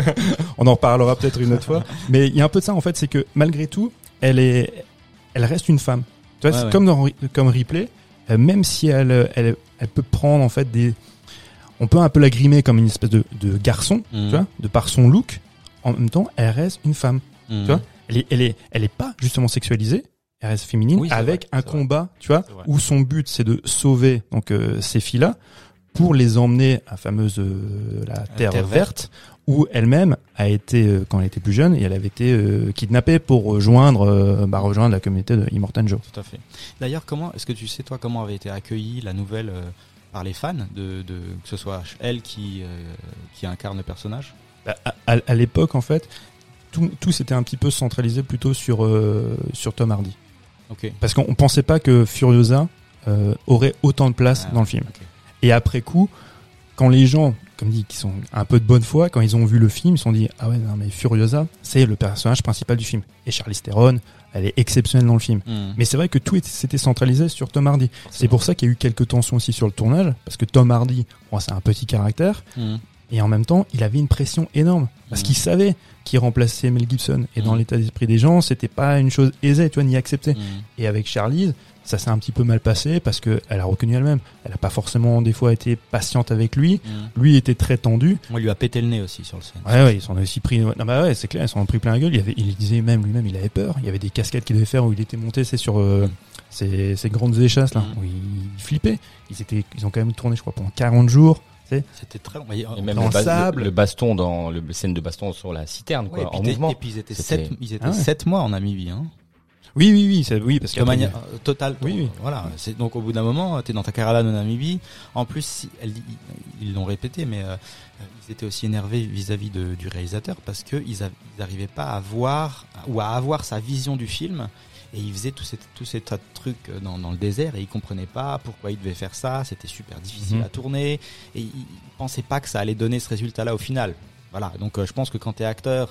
On en reparlera peut-être une autre fois. Mais il y a un peu de ça, en fait, c'est que malgré tout, elle est, elle reste une femme. Tu vois, Ouais, c'est ouais. comme dans, comme Ripley, euh, même si elle, elle, elle peut prendre, en fait, des, on peut un peu la grimer comme une espèce de, de garçon, Mhm. tu vois, de par son look. En même temps, elle reste une femme. Mhm. Tu vois, elle est, elle est, elle est pas justement sexualisée. Elle reste féminine, Oui, c'est avec vrai, un c'est combat, tu vois, C'est vrai. où son but c'est de sauver donc euh, ces filles-là pour les emmener à la fameuse euh, la Terre, Terre verte, où elle-même a été euh, quand elle était plus jeune et elle avait été euh, kidnappée pour rejoindre euh, bah, rejoindre la communauté de Immortan Joe. Tout à fait. D'ailleurs, comment est-ce que tu sais toi comment avait été accueillie la nouvelle euh, par les fans de, de que ce soit elle qui euh, qui incarne le personnage? Bah, à, à, à l'époque en fait, tout, tout s'était un petit peu centralisé plutôt sur euh, sur Tom Hardy. Ok. Parce qu'on pensait pas que Furiosa euh, aurait autant de place Ah, dans le film. ok. Et après coup, quand les gens, comme dit, qui sont un peu de bonne foi, quand ils ont vu le film, ils se sont dit ah ouais non mais Furiosa, c'est le personnage principal du film. Et Charlize Theron, elle est exceptionnelle dans le film. Mhm. Mais c'est vrai que tout était- s'était centralisé sur Tom Hardy. C'est pour ça qu'il y a eu quelques tensions aussi sur le tournage, parce que Tom Hardy, bon, c'est un petit caractère, Mhm. et en même temps, il avait une pression énorme, parce Mhm. qu'il savait qu'il remplaçait Mel Gibson. Et dans Mhm. l'état d'esprit des gens, c'était pas une chose aisée, tu vois, ni acceptée. Mhm. Et avec Charlize, ça s'est un petit peu mal passé parce que elle a reconnu elle-même. Elle a pas forcément des fois été patiente avec lui. Mhm. Lui était très tendu. On lui a pété le nez aussi sur le scène. Ouais, ouais, ils s'en ont aussi pris. Non, bah ouais, c'est clair, ils s'en ont pris plein la gueule. Il, avait, il disait même lui-même, il avait peur. Il y avait des cascades qu'il devait faire où il était monté, c'est sur euh, ces, ces grandes échasses là, Mhm. où il flippait. Ils étaient, ils ont quand même tourné, je crois, pendant quarante jours. C'était très long. Et même Dans le, le bas- sable. le, le baston dans le scène de baston sur la citerne, quoi, Ouais, et puis en t'es- mouvement. Et puis ils étaient C'était- sept, ils étaient Ah ouais. sept mois en Namibie, hein. Oui, oui, oui, ça, oui, parce De que manière euh, totale. Oui, oui. Voilà. C'est donc au bout d'un moment, t'es dans ta caravane en Namibie. En plus, si- elle, ils ils l'ont répété, mais euh, ils étaient aussi énervés vis-à-vis de, du réalisateur parce que ils n'arrivaient pas à voir ou à avoir sa vision du film. Et ils faisaient tous ces, tous ces tas de trucs dans, dans le désert et ils comprenaient pas pourquoi ils devaient faire ça. C'était super difficile Mhm. à tourner et ils, ils pensaient pas que ça allait donner ce résultat-là au final. Voilà. Donc euh, je pense que quand t'es acteur,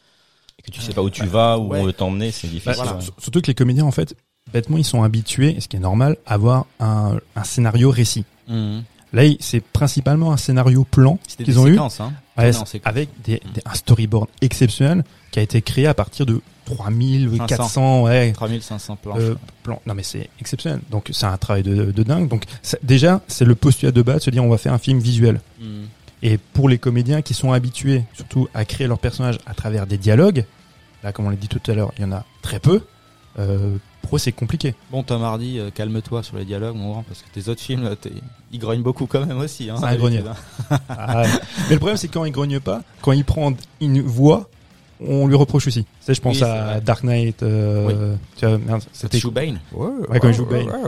Et que tu sais pas où tu vas, où Ouais. t'emmener, c'est difficile. Bah, Voilà. s- Surtout que les comédiens, en fait, bêtement, ils sont habitués, et ce qui est normal, à avoir un, un scénario récit. Mhm. Là, il- c'est principalement un scénario plan c'était qu'ils des ont eu. séquences, hein. Ouais, Tourné en séquence. avec des, des- un storyboard exceptionnel qui a été créé à partir de trois mille quatre cents ouais, trois mille cinq cents planches. euh, plans. Non mais c'est exceptionnel. Donc c'est un travail de, de dingue. Donc ça- déjà c'est le postulat de base de se dire on va faire un film visuel. Mhm. Et pour les comédiens qui sont habitués surtout à créer leurs personnages à travers des dialogues, là comme on l'a dit tout à l'heure, il y en a très peu. Euh, pour eux c'est compliqué. Bon, Tom Hardy, euh, calme-toi sur les dialogues, mon grand, parce que tes autres films, là, t'es- ils grognent beaucoup quand même aussi. Hein, C'est un d'habitude, grogneur. hein. Ah ouais. Mais le problème c'est que quand il grogne pas, quand il prend une voix, on lui reproche aussi. Tu sais, je pense Oui, c'est à vrai. Dark Knight. Euh, tu vois, merde, C'était c'était Shoe Bane. Ouais, quand il joue Bane.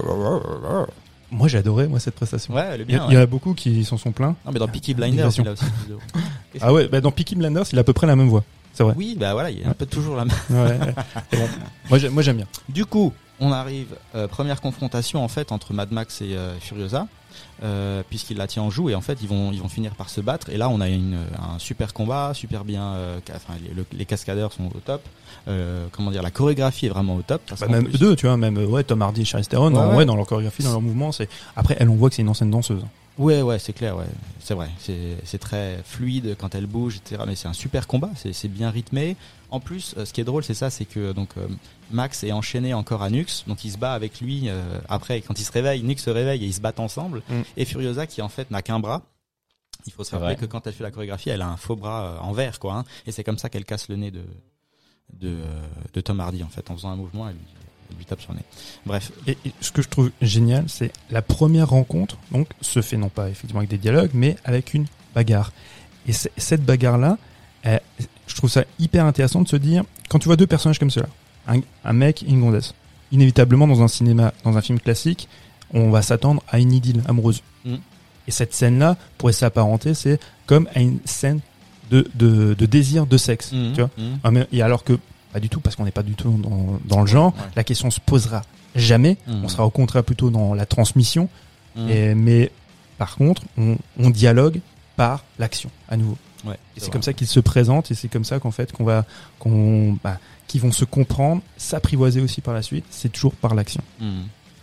Moi, j'ai adoré moi cette prestation. Ouais, elle est Il y, a- bien. il y ouais. en a beaucoup qui s'en sont plaints. Non, mais dans Peaky Blinders, Digression. il a aussi plus de- Qu'est-ce Ah ouais, bah dans Peaky Blinders, il a à peu près la même voix. C'est vrai. Oui, bah voilà, il y a un peu toujours la même. Ouais, ouais. Et bon, moi, j'ai- moi, j'aime bien. Du coup, on arrive, euh, première confrontation en fait entre Mad Max et euh, Furiosa, euh, puisqu'il la tient en joue et en fait ils vont ils vont finir par se battre. Et là, on a une, un super combat, super bien. euh, ca- Enfin, les, le- les cascadeurs sont au top. Euh, comment dire, la chorégraphie est vraiment au top. Parce Bah, qu'en même plus- eux deux, tu vois, même euh, ouais, Tom Hardy et Charlize Theron, Ouais, dans, ouais. ouais, dans leur chorégraphie, dans leur mouvement, c'est. Après, elle, on voit que c'est une ancienne danseuse. Ouais, ouais, c'est clair, ouais, c'est vrai. C'est c'est très fluide quand elle bouge, et cetera. Mais c'est un super combat, c'est c'est bien rythmé. En plus, euh, ce qui est drôle, c'est ça, c'est que donc euh, Max est enchaîné encore à Nux, donc il se bat avec lui. Euh, après, quand il se réveille, Nux se réveille et ils se battent ensemble. Mm. Et Furiosa, qui en fait n'a qu'un bras. Il faut se C'est rappeler vrai. que quand elle fait la chorégraphie, elle a un faux bras euh, en verre, quoi. Hein, et c'est comme ça qu'elle casse le nez de de, euh, de Tom Hardy, en fait, en faisant un mouvement, elle lui, elle lui tape sur le nez. Bref. Et, et ce que je trouve génial, c'est la première rencontre, donc, se fait non pas effectivement avec des dialogues, mais avec une bagarre. Et c'est- cette bagarre-là, elle- je trouve ça hyper intéressant de se dire, quand tu vois deux personnages comme cela, un, un mec et une gonzesse, inévitablement dans un cinéma, dans un film classique, on va s'attendre à une idylle amoureuse. Mm. Et cette scène-là pourrait s'apparenter, c'est comme à une scène de, de, de désir de sexe, Mhm, tu vois. mhm. Ah, mais- Et alors que, pas du tout, parce qu'on n'est pas du tout dans, dans le genre, Ouais. la question se posera jamais, Mhm. on sera au contraire plutôt dans la transmission, Mhm. et, mais par contre, on, on dialogue par l'action, à nouveau. Ouais, Et c'est vrai. comme ça qu'ils se présentent, et c'est comme ça qu'en fait, qu'on va, qu'on, bah, qu'ils vont se comprendre, s'apprivoiser aussi par la suite, c'est toujours par l'action. Mhm.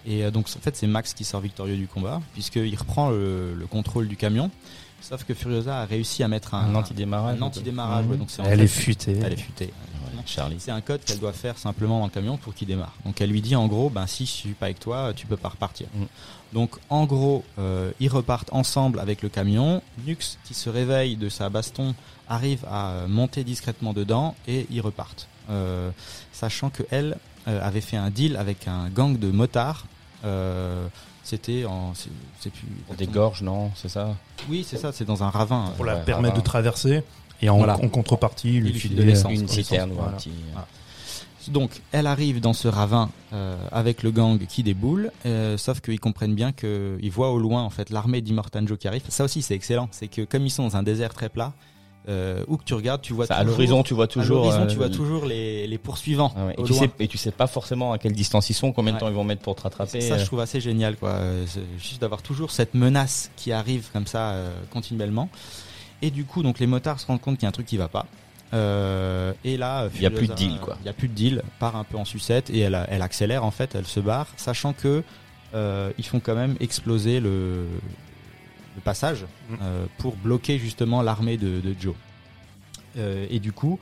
Et euh, donc en fait c'est Max qui sort victorieux du combat puisqu'il reprend le, le contrôle du camion. Sauf que Furiosa a réussi à mettre un, un anti-démarrage. Un anti-démarrage. Mmh. Ouais, donc c'est en elle fait, est futée. Elle est futée. Ouais, Charlie. C'est un code qu'elle doit faire simplement dans le camion pour qu'il démarre. Donc elle lui dit en gros, ben si je suis pas avec toi, tu peux pas repartir. Mmh. Donc en gros, euh, ils repartent ensemble avec le camion. Nux qui se réveille de sa baston arrive à monter discrètement dedans et ils repartent. Euh, sachant que elle euh, avait fait un deal avec un gang de motards. Euh, c'était en c'est, c'est plus des gorges, non, c'est ça. Oui, c'est ça, c'est dans un ravin pour la ouais, permettre ravin. de traverser et en, voilà. en contrepartie il lui file file de l'essence, une quoi, citerne voilà. ou un petit voilà. Donc elle arrive dans ce ravin euh, avec le gang qui déboule, euh, sauf qu'ils comprennent bien qu'ils voient au loin en fait l'armée d'Immortan Joe qui arrive. Ça aussi c'est excellent, c'est que comme ils sont dans un désert très plat, Euh, où que tu regardes, tu vois ça, toujours, à l'horizon, tu vois toujours. À l'horizon, euh, tu vois toujours les, les poursuivants. Ah ouais. Et, au tu loin. sais, et tu sais pas forcément à quelle distance ils sont, combien de Ouais. temps ils vont mettre pour te rattraper. Ça, je trouve assez génial, quoi. Euh, c'est juste d'avoir toujours cette menace qui arrive comme ça euh, continuellement. Et du coup, donc les motards se rendent compte qu'il y a un truc qui va pas. Euh, et là, il y a plus de deal, quoi. Il y a plus de deal, part un peu en sucette et elle, elle accélère en fait, elle se barre, sachant que euh, ils font quand même exploser le, le passage euh, pour bloquer justement l'armée de, de Joe. Euh, et du coup,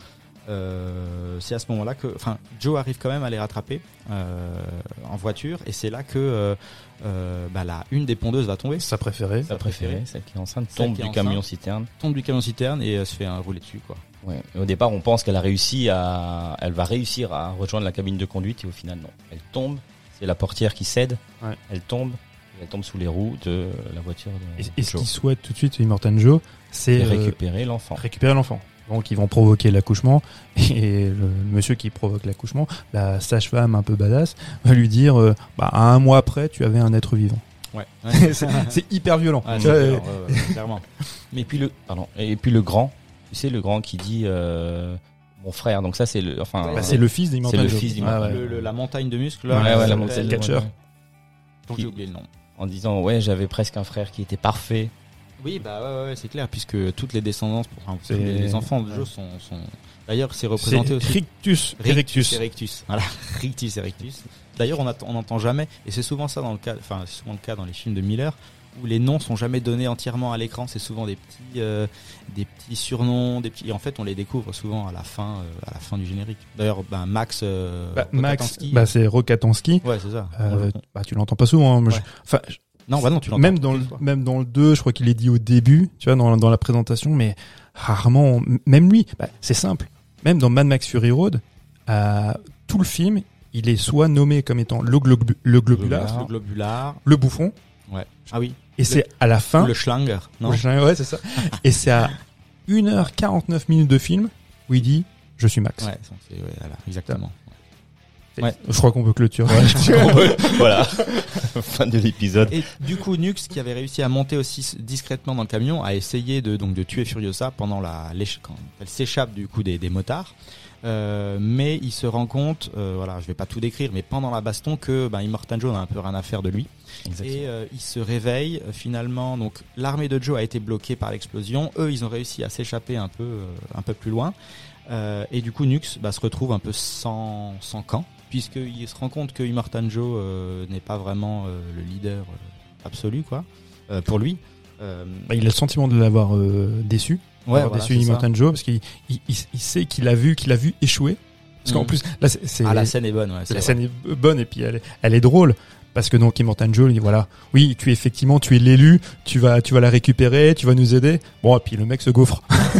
euh, c'est à ce moment-là que, enfin, Joe arrive quand même à les rattraper euh, en voiture, et c'est là que euh, euh, bah, la une des pondeuses va tomber. Sa préférée. Sa préférée, celle qui est enceinte, Celle tombe qui est du enceinte. camion citerne. Tombe du camion citerne et euh, se fait un rouler dessus, quoi. Ouais. Et au départ, on pense qu'elle a réussi à, elle va réussir à rejoindre la cabine de conduite, et au final, non. Elle tombe. C'est la portière qui cède. Ouais. Elle tombe. Et elle tombe sous les roues de la voiture de Et, et ce Joe. qu'il souhaite tout de suite, Immortan Joe, c'est Et euh, récupérer l'enfant. récupérer l'enfant. Donc ils vont provoquer l'accouchement et le monsieur qui provoque l'accouchement, la sage-femme un peu badass, va lui dire euh, bah à un mois après tu avais un être vivant. Ouais. c'est, c'est hyper violent. Ah, Tu c'est vois, clair, ouais, ouais, clairement. Mais puis le, pardon. Et puis le grand, tu sais le grand qui dit euh, mon frère. Donc ça c'est le, enfin. bah, c'est le fils C'est d'Immortan le Joe. fils d'Immortan Ah, ouais. Le, le- la montagne de muscles, Ouais, là. ouais, la c'est montagne le de catcheur. dont j'ai oublié le nom. En disant ouais j'avais presque un frère qui était parfait. Oui, bah ouais, ouais, c'est clair, puisque toutes les descendances, enfin, C'est- les, les enfants de Joe sont, sont... D'ailleurs, c'est C'est représenté aussi. Rictus Erectus. Erectus. Voilà, Rictus Erectus. D'ailleurs, on n'entend on n'entend jamais, et c'est souvent ça dans le cas, enfin, c'est souvent le cas dans les films de Miller, où les noms sont jamais donnés entièrement à l'écran. C'est souvent des petits, euh, des petits surnoms, des petits. Et en fait, on les découvre souvent à la fin, euh, à la fin du générique. D'ailleurs, ben Max, euh, Bah, Max, Rokatansky, bah c'est Rokatansky. ouais, c'est ça. Euh, bah tu l'entends pas souvent. Hein. Moi, Ouais. je- Enfin, je- Non, bah non, tu l'entends. même dans le même dans le deux, je crois qu'il est dit au début, tu vois, dans dans la présentation, mais rarement. Même lui, bah, c'est simple. Même dans Mad Max Fury Road, euh, tout le film, il est soit nommé comme étant le, globu- le globulard, le globular. le bouffon, Ouais. Ah oui. et c'est à la fin. Ou le schlanger. Non. Ouais, c'est ça. Et c'est à une heure quarante-neuf minutes de film où il dit je suis Max. Ouais, c'est, ouais, voilà, exactement. C'est- Ouais. Je crois qu'on peut clôturer. Voilà. Fin de l'épisode. Et du coup, Nux, qui avait réussi à monter aussi s- discrètement dans le camion, a essayé de donc de tuer Furiosa pendant la l'éch- quand elle s'échappe du coup des, des motards. Euh, mais il se rend compte, euh, voilà, je vais pas tout décrire, mais pendant la baston que ben, Immortan Joe a un peu rien à faire de lui. Exactement. Et euh, il se réveille euh, finalement. Donc l'armée de Joe a été bloquée par l'explosion. Eux, ils ont réussi à s'échapper un peu, euh, un peu plus loin. Euh, et du coup, Nux bah, se retrouve un peu sans, sans camp, puisqu'il se rend compte que Immortan Joe euh, n'est pas vraiment euh, le leader euh, absolu, quoi, euh, pour lui. Euh, Bah, il a le sentiment de l'avoir euh, déçu, ouais, d'avoir voilà, déçu c'est ça. Immortan Joe, parce qu'il il, il, il sait qu'il a vu, qu'il a vu échouer. Parce qu'en Mhm. plus, là, c'est, c'est Ah, la scène est bonne, ouais. c'est la vrai. scène est bonne et puis elle, est- elle est drôle. Parce que donc Immortan Joe, il dit voilà, oui, tu es effectivement, tu es l'élu, tu vas, tu vas la récupérer, tu vas nous aider. Bon, et puis le mec se gaufre.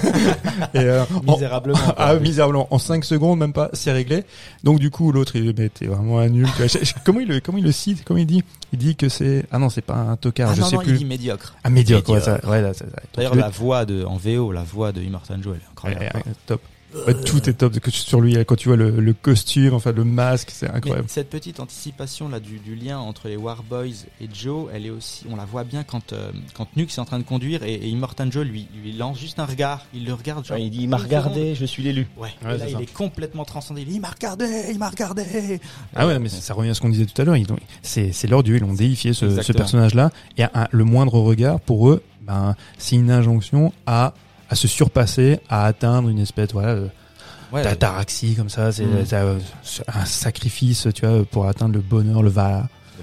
et, euh, en- Misérablement. quoi. ah, misérablement. En cinq secondes, même pas, c'est réglé. Donc du coup, l'autre, il mais t'es vraiment un nul. Tu vois. Je- je- comment il le, comment il le cite, comment il dit Il dit que c'est, ah non, c'est pas un tocard, Ah, je non, sais non, plus. il dit médiocre. Ah médiocre, ouais, médiocre. ça, ouais, là, ça, ça. D'ailleurs, Donc, la voix de, en V O, la voix de Immortan Joe, elle est incroyable. Ouais, ouais, top. Ouais, tout est top que sur lui quand tu vois le, le costume, enfin le masque, c'est Mais incroyable. cette petite anticipation là du, du lien entre les Warboys et Joe, elle est aussi, on la voit bien quand euh, quand Nux est en train de conduire et, et Immortan Joe lui lui lance juste un regard, il le regarde genre. Ouais, il dit il m'a une regardé, seconde. je suis l'élu. Ouais. Ouais, et là c'est il ça. est complètement transcendé. Il dit, il m'a regardé, il m'a regardé. Ah ouais, mais ça revient à ce qu'on disait tout à l'heure. Ils ont- C'est c'est leur dieu, ils ont déifié ce, ce Exactement. personnage-là. Et un- le moindre regard pour eux, ben c'est une injonction à à se surpasser, à atteindre une espèce voilà euh, Ouais, d'ataraxie comme ça. C'est Mhm. c'est, euh, un sacrifice, tu vois, pour atteindre le bonheur, le valhalla. le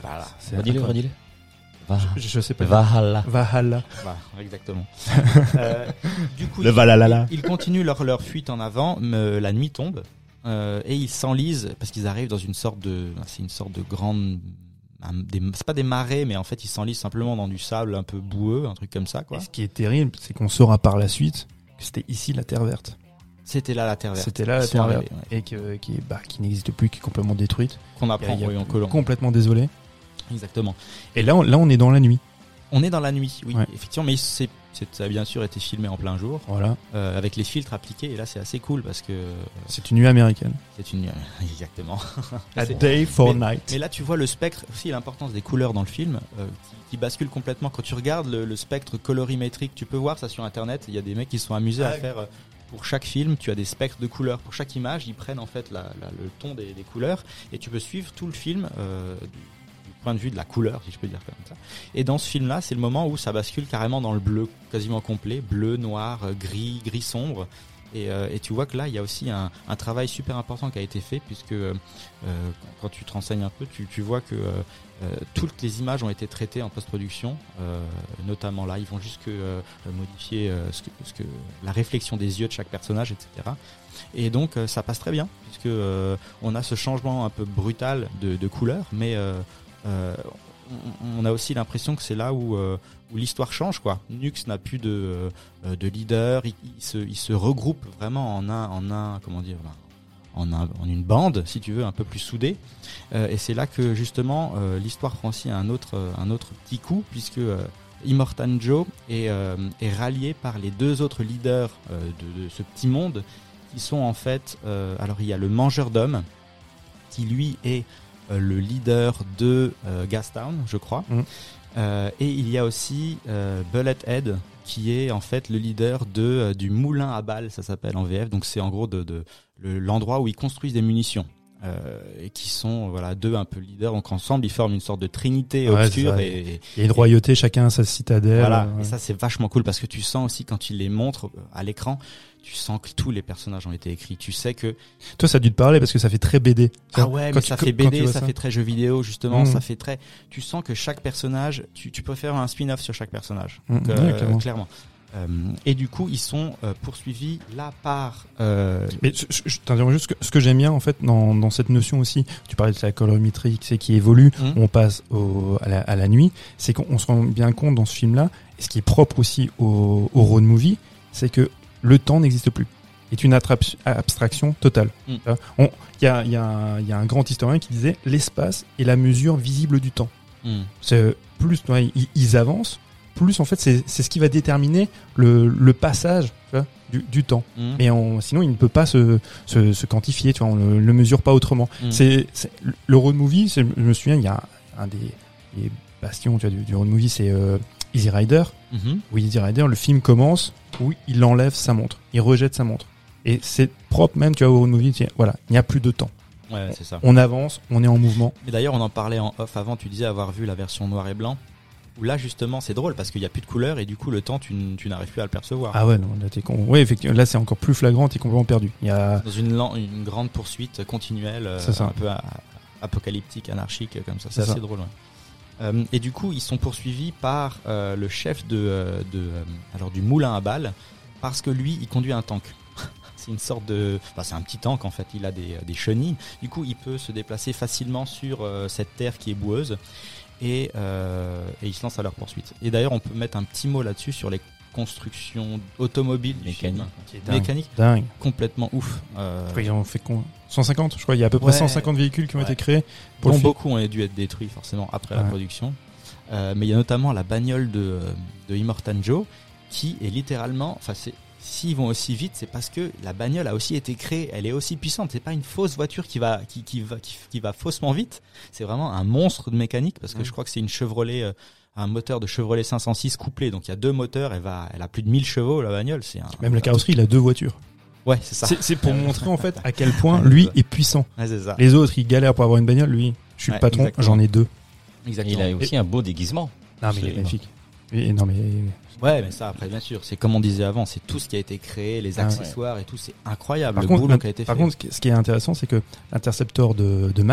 Voilà. C'est Redis-le, incroyable. redis-le. Va. Je, je sais pas. Valhalla. Valhalla. Voilà, exactement. euh, du coup, Le ils, Valhalla. ils, ils continuent leur, leur fuite en avant, mais la nuit tombe euh, et ils s'enlisent parce qu'ils arrivent dans une sorte de, c'est une sorte de grande, un, des, c'est pas des marais, mais en fait ils s'enlisent simplement dans du sable un peu boueux, un truc comme ça, quoi. Et ce qui est terrible, c'est qu'on saura par la suite que c'était ici la Terre verte. C'était là la Terre verte. C'était là la Ils sont Terre arrivés, verte ouais. et que, qui, bah, qui n'existe plus, qui est complètement détruite. Qu'on apprend, Il y a- oui, en colon. Complètement désolé. Exactement. Et là, on, là, on est dans la nuit. On est dans la nuit, oui, Ouais. effectivement, mais c'est, c'est, ça a bien sûr été filmé en plein jour, Voilà. euh, avec les filtres appliqués, et là c'est assez cool parce que C'est une nuit américaine. c'est une... Exactement. A C'est- day for mais, night. mais là tu vois le spectre, aussi l'importance des couleurs dans le film, euh, qui, qui bascule complètement. Quand tu regardes le, le spectre colorimétrique, tu peux voir ça sur internet, il y a des mecs qui se sont amusés à faire... euh, pour chaque film, tu as des spectres de couleurs. Pour chaque image, ils prennent en fait la, la, le ton des, des couleurs et tu peux suivre tout le film euh, du, du point de vue de la couleur, si je peux dire comme ça. Et dans ce film-là, c'est le moment où ça bascule carrément dans le bleu, quasiment complet, bleu, noir, euh, gris, gris sombre. Et, euh, et tu vois que là, il y a aussi un, un travail super important qui a été fait, puisque euh, quand tu te renseignes un peu, tu, tu vois que euh, euh, toutes les images ont été traitées en post-production, euh, notamment là, ils vont jusque euh, modifier euh, ce que, ce que la réflexion des yeux de chaque personnage, et cetera. Et donc euh, ça passe très bien, puisque euh, on a ce changement un peu brutal de, de couleur, mais euh, euh, on, on a aussi l'impression que c'est là où euh, où l'histoire change, quoi. Nux n'a plus de euh, de leader, il, il se il se regroupe vraiment en un en un comment dire en un en une bande, si tu veux, un peu plus soudée. Euh, et c'est là que justement euh, l'histoire prend aussi un autre un autre petit coup, puisque euh, Immortan Joe est euh, est rallié par les deux autres leaders euh, de, de ce petit monde, qui sont en fait euh, alors il y a le Mangeur d'Hommes qui lui est euh, le leader de euh, Gastown, je crois. Mmh. Euh, et il y a aussi euh, Bullethead qui est en fait le leader de euh, du moulin à balles, ça s'appelle en V F. Donc c'est en gros de, de le, l'endroit où ils construisent des munitions. Euh, et qui sont voilà deux un peu leaders, donc ensemble ils forment une sorte de trinité Ouais, obscure. c'est ça. Et, Il y a une royauté, chacun a sa citadelle. voilà, euh, et ça c'est vachement cool parce que tu sens aussi quand ils les montrent à l'écran, tu sens que tous les personnages ont été écrits. Tu sais que Toi, ça a dû te parler parce que ça fait très B D. ah ouais, Quand mais tu- ça quand- fait quand tu B D, vois ça, ça. fait très jeu vidéo justement, Mmh. ça fait très. Tu sens que chaque personnage, tu, tu peux faire un spin-off sur chaque personnage, Mmh, Donc, ouais, euh, clairement. clairement. Euh, et du coup, ils sont euh, poursuivis là par. Euh, Mais je, je, je t'interromps juste, ce que, ce que j'aime bien en fait dans, dans cette notion aussi, tu parlais de la colorimétrie c'est qui évolue, Mhm. on passe au, à, la, à la nuit, c'est qu'on on se rend bien compte dans ce film-là, et ce qui est propre aussi au, au road movie, c'est que le temps n'existe plus, est une attrape- abstraction totale. Mhm. Il y, a, y, a un- y a un grand historien qui disait l'espace est la mesure visible du temps. hmm. C'est plus ouais, ils, ils avancent, plus en fait c'est c'est ce qui va déterminer le, le passage tu vois, du, du temps. Hmm. Mais on, sinon, il ne peut pas se, se, se quantifier, tu vois, on ne le mesure pas autrement. Mm. C'est, c'est le road movie. C'est, je me souviens, il y a un des, des bastions, tu vois, du, du road movie, c'est euh, Easy Rider. Mhm. Où Easy Rider, le film commence où il enlève sa montre, il rejette sa montre, et c'est propre même, tu vois, au road movie. Tu vois, voilà, il n'y a plus de temps. Ouais, c'est ça. On avance, on est en mouvement. Et d'ailleurs, on en parlait en off avant. Tu disais avoir vu la version noir et blanc. Où là, justement, c'est drôle parce qu'il n'y a plus de couleur et du coup, le temps, tu, n- tu n'arrives plus à le percevoir. Ah ouais, non, là t'es con. Ouais, effectivement, là c'est encore plus flagrant, t'es complètement perdu. Il y a, Dans une, lan- une grande poursuite continuelle, euh, C'est ça. un peu a- apocalyptique, anarchique, comme ça. C'est C'est assez ça. drôle. Ouais. Euh, et du coup, ils sont poursuivis par euh, le chef de, euh, de euh, alors du moulin à balles parce que lui, il conduit un tank. C'est une sorte de, enfin, c'est un petit tank en fait. Il a des, des chenilles. Du coup, il peut se déplacer facilement sur euh, cette terre qui est boueuse et, euh, et il se lance à leur poursuite. Et d'ailleurs, on peut mettre un petit mot là-dessus sur les constructions automobiles du Mécanique. film. qui est dingue. Mécanique, Dingue. complètement ouf. Euh, Ils ont fait con- cent cinquante, je crois. Il y a à peu près Ouais. cent cinquante véhicules qui ont Ouais. été créés pour dont le film. beaucoup ont dû être détruits forcément après la Ouais. production. Euh, mais il y a notamment la bagnole de, de Immortan Joe qui est littéralement, enfin c'est, s'ils vont aussi vite, c'est parce que la bagnole a aussi été créée, elle est aussi puissante. C'est pas une fausse voiture qui va qui, qui va qui, qui va faussement vite. C'est vraiment un monstre de mécanique parce que Mmh. je crois que c'est une Chevrolet, euh, un moteur de Chevrolet cinq cent six couplé. Donc il y a deux moteurs, elle va, elle a plus de mille chevaux la bagnole. C'est un, Même la carrosserie, il a deux voitures. Ouais, c'est ça. C'est, c'est pour montrer en fait à quel point lui est puissant. Ouais, c'est ça. Les autres, ils galèrent pour avoir une bagnole. Lui, je suis Ouais, le patron, exactement. j'en ai deux. Et Exactement. il a aussi un beau déguisement. Non, mais il est C'est- magnifique. Et, non, mais Ouais, mais ça, après, bien sûr, c'est comme on disait avant, c'est tout ce qui a été créé, les Ah ouais. accessoires et tout, c'est incroyable. par le contre, boulot qui a été par fait. contre, ce qui- ce qui est intéressant, c'est que l'intercepteur de, de Max,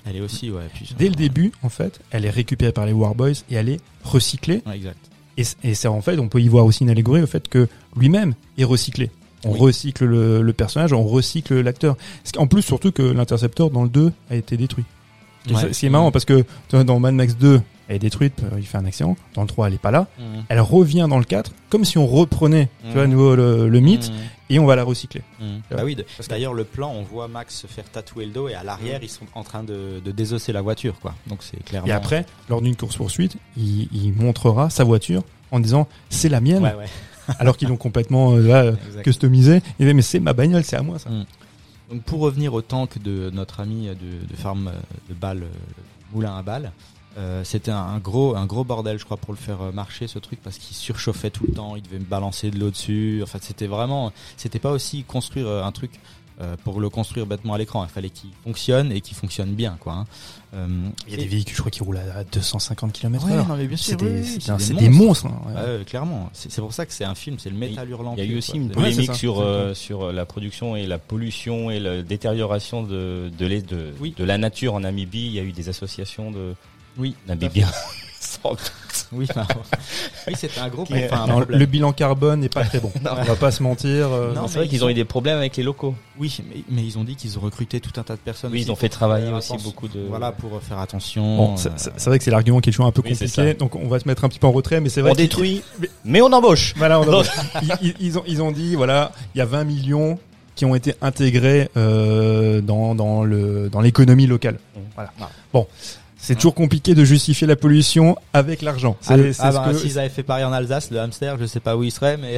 Elle est aussi, ouais. Puis, Dès le début, en fait, elle est récupérée par les Warboys et elle est recyclée. Ouais, exact. Et, et c'est en fait, on peut y voir aussi une allégorie au fait que lui-même est recyclé. On Oui. recycle le, le personnage, on recycle l'acteur. En plus, surtout que l'Interceptor dans le deux a été détruit. Ouais. C'est, c'est marrant parce que tu vois, dans Mad Max deux, elle est détruite, il fait un accident. Dans le trois, elle est pas là. Mmh. Elle revient dans le quatre, comme si on reprenait, Mmh. tu vois, à nouveau le, le mythe, Mmh. et on va la recycler. Mmh. Bah oui, de- d'ailleurs le plan, on voit Max se faire tatouer le dos et à l'arrière ils sont en train de, de désosser la voiture, quoi. Donc c'est clairement. Et après, lors d'une course poursuite, il, il montrera sa voiture en disant c'est la mienne, Ouais, ouais. alors qu'ils l'ont complètement euh, là, Exact. customisé. Il dit mais c'est ma bagnole, c'est à moi ça. Mmh. Donc pour revenir au tank de notre ami de, de ferme de balles, euh, moulin à balles, euh, c'était un, un gros un gros bordel, je crois, pour le faire euh, marcher ce truc parce qu'il surchauffait tout le temps, il devait me balancer de l'eau dessus. Enfin, c'était vraiment, c'était pas aussi construire euh, un truc euh, pour le construire bêtement à l'écran. Il fallait qu'il fonctionne et qu'il fonctionne bien, quoi. Hein. Euh, Il y a des véhicules, je crois, qui roulent à deux cent cinquante kilomètres Ouais, heure. non, mais bien sûr, C'est des, oui, oui, c'est c'est un- des c'est des monstres. monstres. hein, ouais. Ouais, ouais, clairement. C'est, c'est pour ça que c'est un film, c'est le métal hurlant. Il y a eu pur, aussi quoi. une C'est- polémique c'est ça. sur C'est euh, sur la production et la pollution et la détérioration de de, l'est- de, Oui. de la nature en Namibie. Il y a eu des associations de Oui, Namibiens. Sans doute. oui, bah, oui, c'était un gros Qui est- enfin, un Non, problème. le bilan carbone n'est pas très bon. On va pas se mentir. euh, Non, C'est vrai mais qu'ils ils ont ont- eu des problèmes avec les locaux. Oui, mais, mais ils ont dit qu'ils ont recruté tout un tas de personnes. Oui, aussi ils ont fait pour travailler faire aussi attention. beaucoup de. Voilà, pour faire attention. Bon, euh, c'est, c'est- c'est vrai que c'est l'argument qui est toujours un peu Oui, c'est compliqué, ça. donc on va se mettre un petit peu en retrait, mais c'est vrai On qu'ils- détruit, mais on embauche. Voilà, on a- Donc- ils, ils- ils ont, ils ont dit, voilà, il y a vingt millions qui ont été intégrés euh, dans, dans, le, dans l'économie locale. Voilà. Ah. Bon, c'est toujours compliqué de justifier la pollution avec l'argent. C'est, Ah, le- c'est ah ce bah, que- s'ils avaient fait pareil en Alsace, le hamster, je sais pas où il serait, mais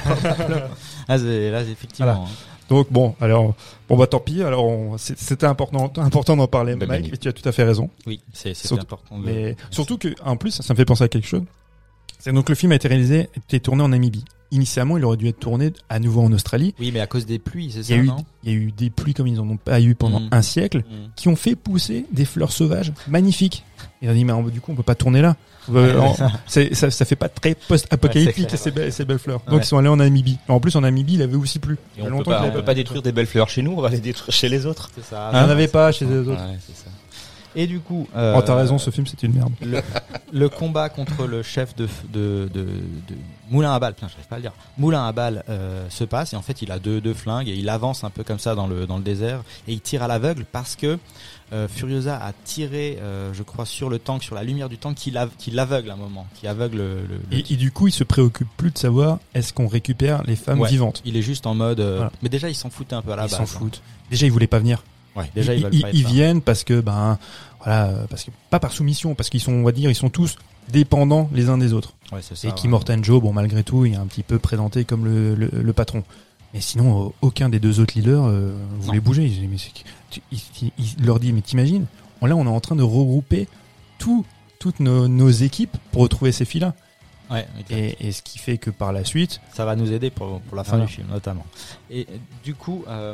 ah, c'est, là, c'est effectivement. Voilà. Donc bon, alors bon bah tant pis. Alors on- c'est- c'était important, important d'en parler, Ben, Mike. ben, Et tu as tout à fait raison. Oui, c'est, c'est Surtout- important. De... Mais surtout que, en plus, ça me fait penser à quelque chose. C'est donc le film a été réalisé, a été tourné en Namibie. Initialement, il aurait dû être tourné à nouveau en Australie. Oui, mais à cause des pluies, c'est Il y ça, a eu, non il y a eu des pluies comme ils en ont pas eu pendant Mm. un siècle, Mm. qui ont fait pousser des fleurs sauvages magnifiques. Et on a dit, mais on- du coup, on peut pas tourner là. Euh, en- c'est, ça, ça fait pas très post-apocalyptique, Ouais, c'est clair, ces, belles, ces belles fleurs. Ouais. Donc ils sont allés en Namibie. En plus, en Namibie, il avait aussi plu. Et Il y a on peut longtemps pas, qu'il on avait peut pas détruire des belles fleurs chez nous, on va les détruire chez les autres. C'est ça. Il n'y en avait pas chez les autres. Ouais, c'est ça. Et du coup, euh, Oh, t'as raison, ce film, c'était une merde. le, le combat contre le chef de, de, de, de Moulin à balles, putain, j'arrive pas à le dire. Moulin à balles euh, se passe et en fait il a deux, deux flingues et il avance un peu comme ça dans le, dans le désert et il tire à l'aveugle parce que euh, Furiosa a tiré, euh, je crois, sur le tank, sur la lumière du tank, qui, l'a, qui l'aveugle à un moment, qui aveugle le. le- le- Et, et du coup, il se préoccupe plus de savoir est-ce qu'on récupère les femmes Ouais. vivantes. Il est juste en mode. euh, Voilà. Mais déjà, il s'en foutait un peu à la Ils base. s'en hein. foutent. Déjà, ils voulaient pas venir. Ouais, déjà, ils, ils, veulent ils- pas être ils là. viennent parce que ben voilà, euh, parce que pas par soumission, parce qu'ils sont, on va dire, ils sont tous dépendants les uns des autres. Ouais, c'est ça. Et ouais. qu'Immortan Joe, bon malgré tout, il est un petit peu présenté comme le, le, le patron. Mais sinon, euh, aucun des deux autres leaders euh, voulait bouger. Ils, disaient, mais c'est, tu- ils, ils- ils leur disent, mais t'imagines, là on est en train de regrouper tout, toutes nos, nos équipes pour retrouver ces filles-là. Ouais, exact. Et, et ce qui fait que par la suite, Ça va nous aider pour, pour la fin Voilà. du film notamment. Et euh, du coup, euh,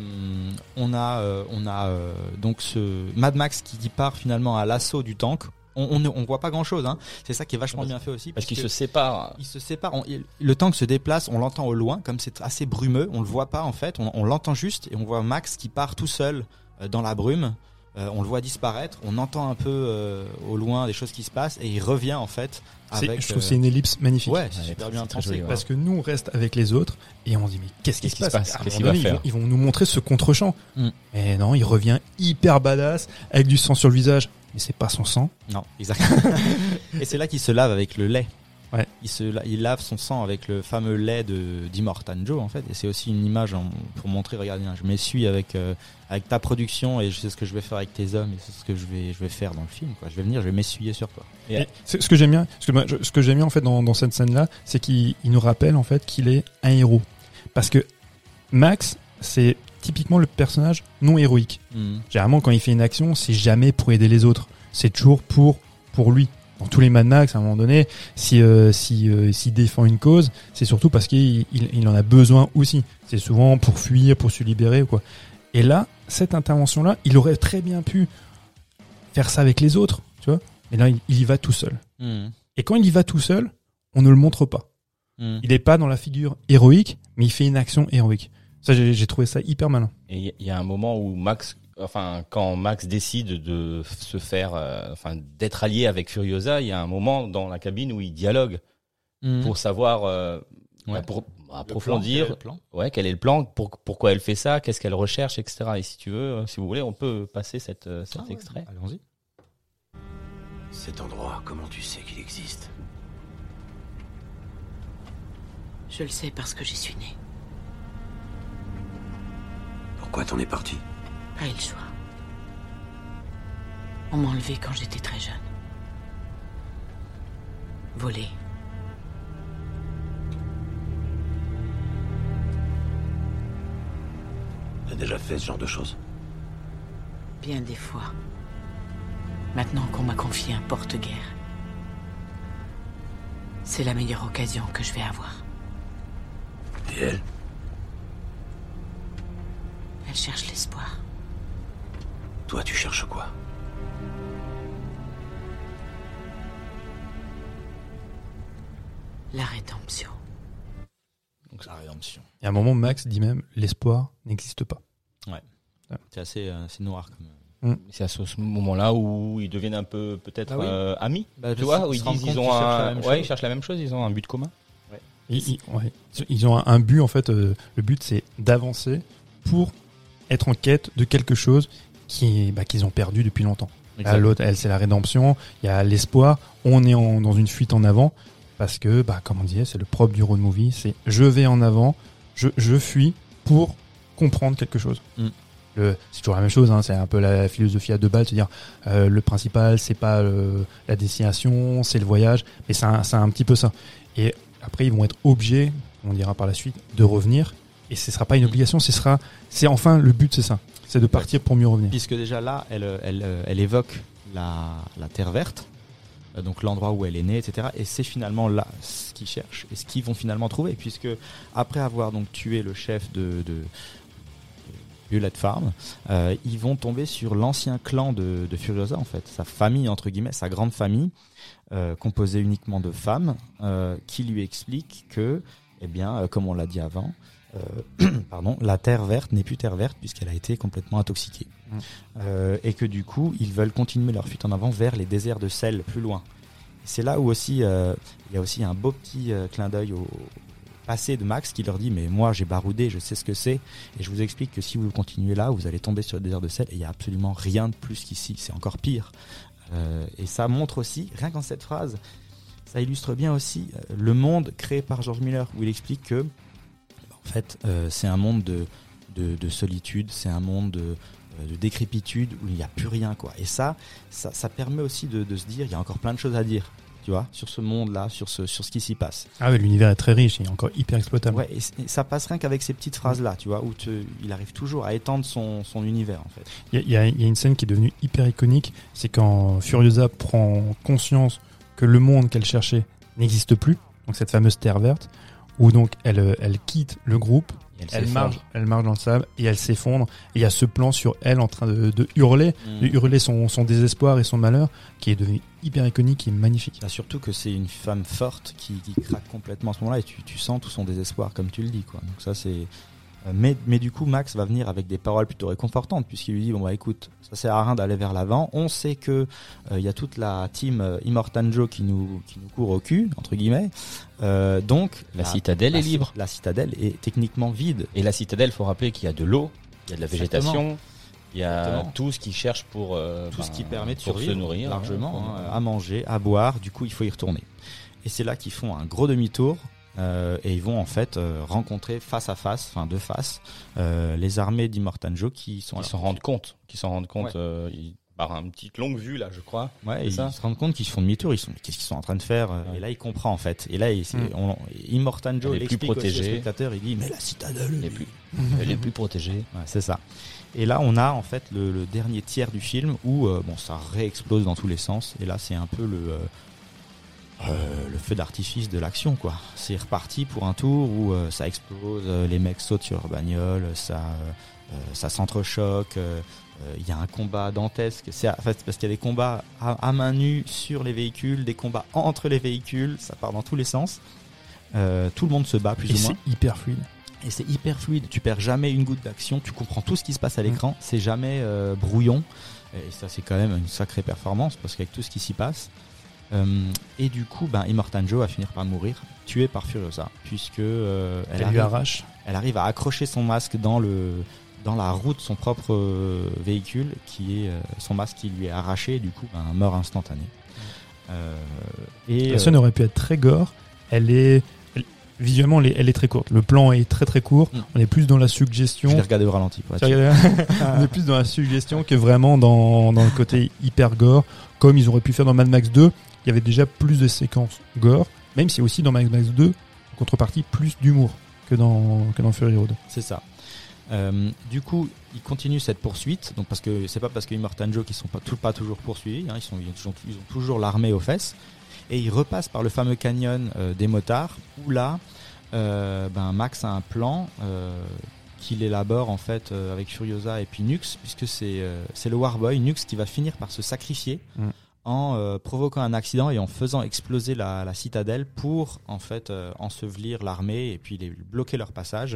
on a, euh, on a euh, donc ce Mad Max qui, qui part finalement à l'assaut du tank. On, on, ne- on voit pas grand chose, hein. C'est ça qui est vachement bien fait aussi. Parce qu'ils que se séparent. il se sépare. On- il- le tank se déplace, on l'entend au loin, comme c'est assez brumeux, on le voit pas en fait. On, on l'entend juste et on voit Max qui part tout seul euh, dans la brume. Euh, on le voit disparaître. On entend un peu euh, au loin des choses qui se passent et il revient en fait. c'est- Avec, je trouve que euh, c'est une ellipse magnifique. Ouais, c'est Ouais, super c'est bien très pensé. joli, quoi. Parce que nous, on reste avec les autres et on se dit, mais qu'est-ce qui Qu'est-ce se qui se passe, passe À un Qu'est-ce moment qu'il va donné, faire ils vont, ils vont nous montrer ce contre-champ. Mm. Mais non, il revient hyper badass, avec du sang sur le visage. Mais c'est pas son sang. Non, exact. Et c'est là qu'il se lave avec le lait. Ouais. Il se, la- il lave son sang avec le fameux lait de d'Immortan Joe en fait. Et c'est aussi une image en- pour montrer, regardez, je m'essuie avec euh, avec ta production et je sais ce que je vais faire avec tes hommes et c'est ce que je vais je vais faire dans le film. Quoi. Je vais venir, je vais m'essuyer sur toi. Et- Et c'est- ce que j'aime bien, ce que, moi, je- ce que j'aime bien en fait dans, dans cette scène-là, c'est qu'il il nous rappelle en fait qu'il est un héros. Parce que Max, c'est typiquement le personnage non héroïque. Mm. Généralement, quand il fait une action, c'est jamais pour aider les autres. C'est toujours pour pour lui. Dans tous les Mad Max, à un moment donné, si euh, si euh, s'il défend une cause, c'est surtout parce qu'il il, il en a besoin aussi. C'est souvent pour fuir, pour se libérer ou quoi. Et là, cette intervention-là, il aurait très bien pu faire ça avec les autres, tu vois. Mais là, il, il y va tout seul. Mm. Et quand il y va tout seul, on ne le montre pas. Mm. Il n'est pas dans la figure héroïque, mais il fait une action héroïque. Ça, j'ai j'ai trouvé ça hyper malin. Et il y a un moment où Max enfin, quand Max décide de se faire, euh, enfin, d'être allié avec Furiosa, il y a un moment dans la cabine où il dialogue Mmh. pour savoir, euh, Ouais. bah, pour approfondir, Quel est le plan ouais, quel est le plan, pour, pourquoi elle fait ça, qu'est-ce qu'elle recherche, et cetera. Et si tu veux, euh, si vous voulez, on peut passer cette, euh, cet Ah ouais, extrait. Allons-y. Cet endroit, comment tu sais qu'il existe? Je le sais parce que j'y suis née. Pourquoi t'en es parti? Pas eu le choix. On m'a enlevé quand j'étais très jeune. Volé. T'as déjà fait ce genre de choses? Bien des fois. Maintenant qu'on m'a confié un porte-guerre, c'est la meilleure occasion que je vais avoir. Et elle? Elle cherche l'espoir. Toi, tu cherches quoi? La rédemption. Donc la rédemption. Et à un moment, Max dit même l'espoir n'existe pas. C'est assez, euh, assez noir comme. C'est à ce ce moment-là où ils deviennent un peu, peut-être, Ah oui. euh, amis. Bah, Tu parce vois, où qu'ils ils se rendent disent, compte ils ont qu'ils cherchent la un, même ouais, chose. ils cherchent la même chose, ils ont un but commun. Ils, ils- ouais. Ils ont un, un but en fait. euh, le but c'est d'avancer pour être en quête de quelque chose qui bah, qu'ils ont perdu depuis longtemps. Là, l'autre, elle c'est la rédemption. Il y a l'espoir. On est en- dans une fuite en avant parce que, bah, comme on disait, c'est le propre du road movie. C'est je vais en avant, je, je fuis pour comprendre quelque chose. Mm. Le, c'est toujours la même chose. Hein, c'est un peu la philosophie à deux balles, c'est-à-dire euh, le principal c'est pas euh, la destination, c'est le voyage, mais c'est un, c'est un petit peu ça. Et après, ils vont être obligés, on dira par la suite, de revenir. Et ce sera pas une obligation, ce sera, c'est enfin le but, c'est ça, c'est de partir pour mieux revenir. Puisque déjà là, elle, elle, elle évoque la, la Terre verte, euh, donc l'endroit où elle est née, et cetera. Et c'est finalement là ce qu'ils cherchent et ce qu'ils vont finalement trouver, puisque après avoir donc tué le chef de, de Violet Farm, euh, ils vont tomber sur l'ancien clan de, de Furiosa, en fait, sa famille entre guillemets, sa grande famille, euh, composée uniquement de femmes, euh, qui lui explique que, eh bien, euh, comme on l'a dit avant, euh, pardon, la terre verte n'est plus terre verte puisqu'elle a été complètement intoxiquée, Mmh. euh, et que du coup, ils veulent continuer leur fuite en avant vers les déserts de sel plus loin. Et c'est là où aussi, euh, il y a aussi un beau petit euh, clin d'œil au passé de Max qui leur dit mais moi j'ai baroudé, je sais ce que c'est et je vous explique que si vous continuez là vous allez tomber sur le désert de sel et il y a absolument rien de plus qu'ici, c'est encore pire, euh, et ça montre aussi, rien qu'en cette phrase ça illustre bien aussi euh, le monde créé par George Miller où il explique que en fait euh, c'est un monde de, de, de solitude, c'est un monde de, de décrépitude où il n'y a plus rien quoi, et ça ça, ça permet aussi de, de se dire il y a encore plein de choses à dire, tu vois, sur ce monde-là, sur ce, sur ce qui s'y passe. Ah ouais, l'univers est très riche, il est encore hyper exploitable. Ouais, et, c- et ça passe rien qu'avec ces petites phrases-là, tu vois, où te, il arrive toujours à étendre son, son univers, en fait. Il y, a- il y a- il y a une scène qui est devenue hyper iconique, c'est quand Furiosa prend conscience que le monde qu'elle cherchait n'existe plus, donc cette fameuse terre verte, où donc elle, euh, elle quitte le groupe, Et elle elle s'effondre. marche, elle marche dans le sable et elle s'effondre. Et il y a ce plan sur elle en train de, de hurler, de hurler son, son désespoir et son malheur, qui est devenu hyper iconique et magnifique. Bah, surtout que c'est une femme forte qui, qui craque complètement à ce moment-là et tu, tu sens tout son désespoir, comme tu le dis, quoi. Donc ça, c'est. euh, Mais, mais du coup, Max va venir avec des paroles plutôt réconfortantes puisqu'il lui dit bon bah écoute, ça sert à rien d'aller vers l'avant. On sait que il y a toute la team euh, Immortan Joe qui nous qui nous court au cul entre guillemets. Euh, donc La citadelle la est ci- libre. La citadelle est techniquement vide. Et la citadelle, faut rappeler qu'il y a de l'eau, il y a de la Exactement. végétation, il y a Exactement. tout ce qu'ils cherchent pour euh, Tout ben, ce qui permet de pour survivre se nourrir largement, hein, hein, pour- à manger, à boire. Du coup, il faut y retourner. Et c'est là qu'ils font un gros demi-tour euh, et ils vont en fait euh, rencontrer face à face, enfin de face, euh, les armées d'Immortan Joe qui sont. Ils alors- s'en rendent compte, qui s'en rendent compte Ouais. euh, ils- par une petite longue vue là, je crois. Ouais, C'est et ça ils se rendent compte qu'ils se font demi-tour. Ils sont, mais qu'est-ce qu'ils sont en train de faire euh, Ouais. Et là, il comprend en fait. Et là, il, c'est- Mm. on, Immortan Joe Elle est plus l'explique aussi au protégée. spectateur. Il dit mais la citadelle. Elle est plus, elle est plus protégée. Ouais, c'est ça. Et là, on a en fait le, le dernier tiers du film où euh, bon, ça réexplose dans tous les sens. Et là, c'est un peu le euh, euh, le feu d'artifice de l'action, quoi. C'est reparti pour un tour où euh, ça explose, euh, les mecs sautent sur leur bagnole, ça euh, ça s'entrechoque. euh, euh, Il y a un combat dantesque. C'est en fait parce qu'il y a des combats à, à main nue sur les véhicules, des combats entre les véhicules. Ça part dans tous les sens. Euh, tout le monde se bat plus Et ou moins. c'est hyper fluide. Et c'est hyper fluide, tu perds jamais une goutte d'action, tu comprends tout ce qui se passe à l'écran, c'est jamais euh, brouillon. Et ça c'est quand même une sacrée performance parce qu'avec tout ce qui s'y passe. Euh, et du coup, ben, Immortan Joe va finir par mourir, tué par Furiosa, puisque euh, elle, Elle arrive, lui arrache. elle arrive à accrocher son masque dans le dans la roue de son propre euh, véhicule, qui est euh, son masque qui lui est arraché, et du coup, ben, mort instantanée. Euh, et La scène euh, aurait pu être très gore. Elle est elle- visuellement, elle est, elle est très courte. Le plan est très très court. Mm. On est plus dans la suggestion. je l'ai regardé au ralenti. Pour être Tu sûr. regardes- On est plus dans la suggestion que vraiment dans, dans le côté hyper gore, comme ils auraient pu faire dans Mad Max deux. Il y avait déjà plus de séquences gore, même si aussi dans Mad Max deux, en contrepartie, plus d'humour que dans, que dans Fury Road. C'est ça. Euh, du coup, ils continuent cette poursuite, donc parce que c'est pas parce que Immortan Joe qu'ils sont pas, tout, pas toujours poursuivis, hein, ils, sont, ils, ont toujours, ils ont toujours l'armée aux fesses, et ils repassent par le fameux canyon euh, des motards, où là, euh, ben Max a un plan euh, qu'il élabore en fait euh, avec Furiosa et puis Nux, puisque c'est euh, c'est le Warboy Nux qui va finir par se sacrifier. Mm. en euh, provoquant un accident et en faisant exploser la, la citadelle pour en fait euh, ensevelir l'armée et puis les, bloquer leur passage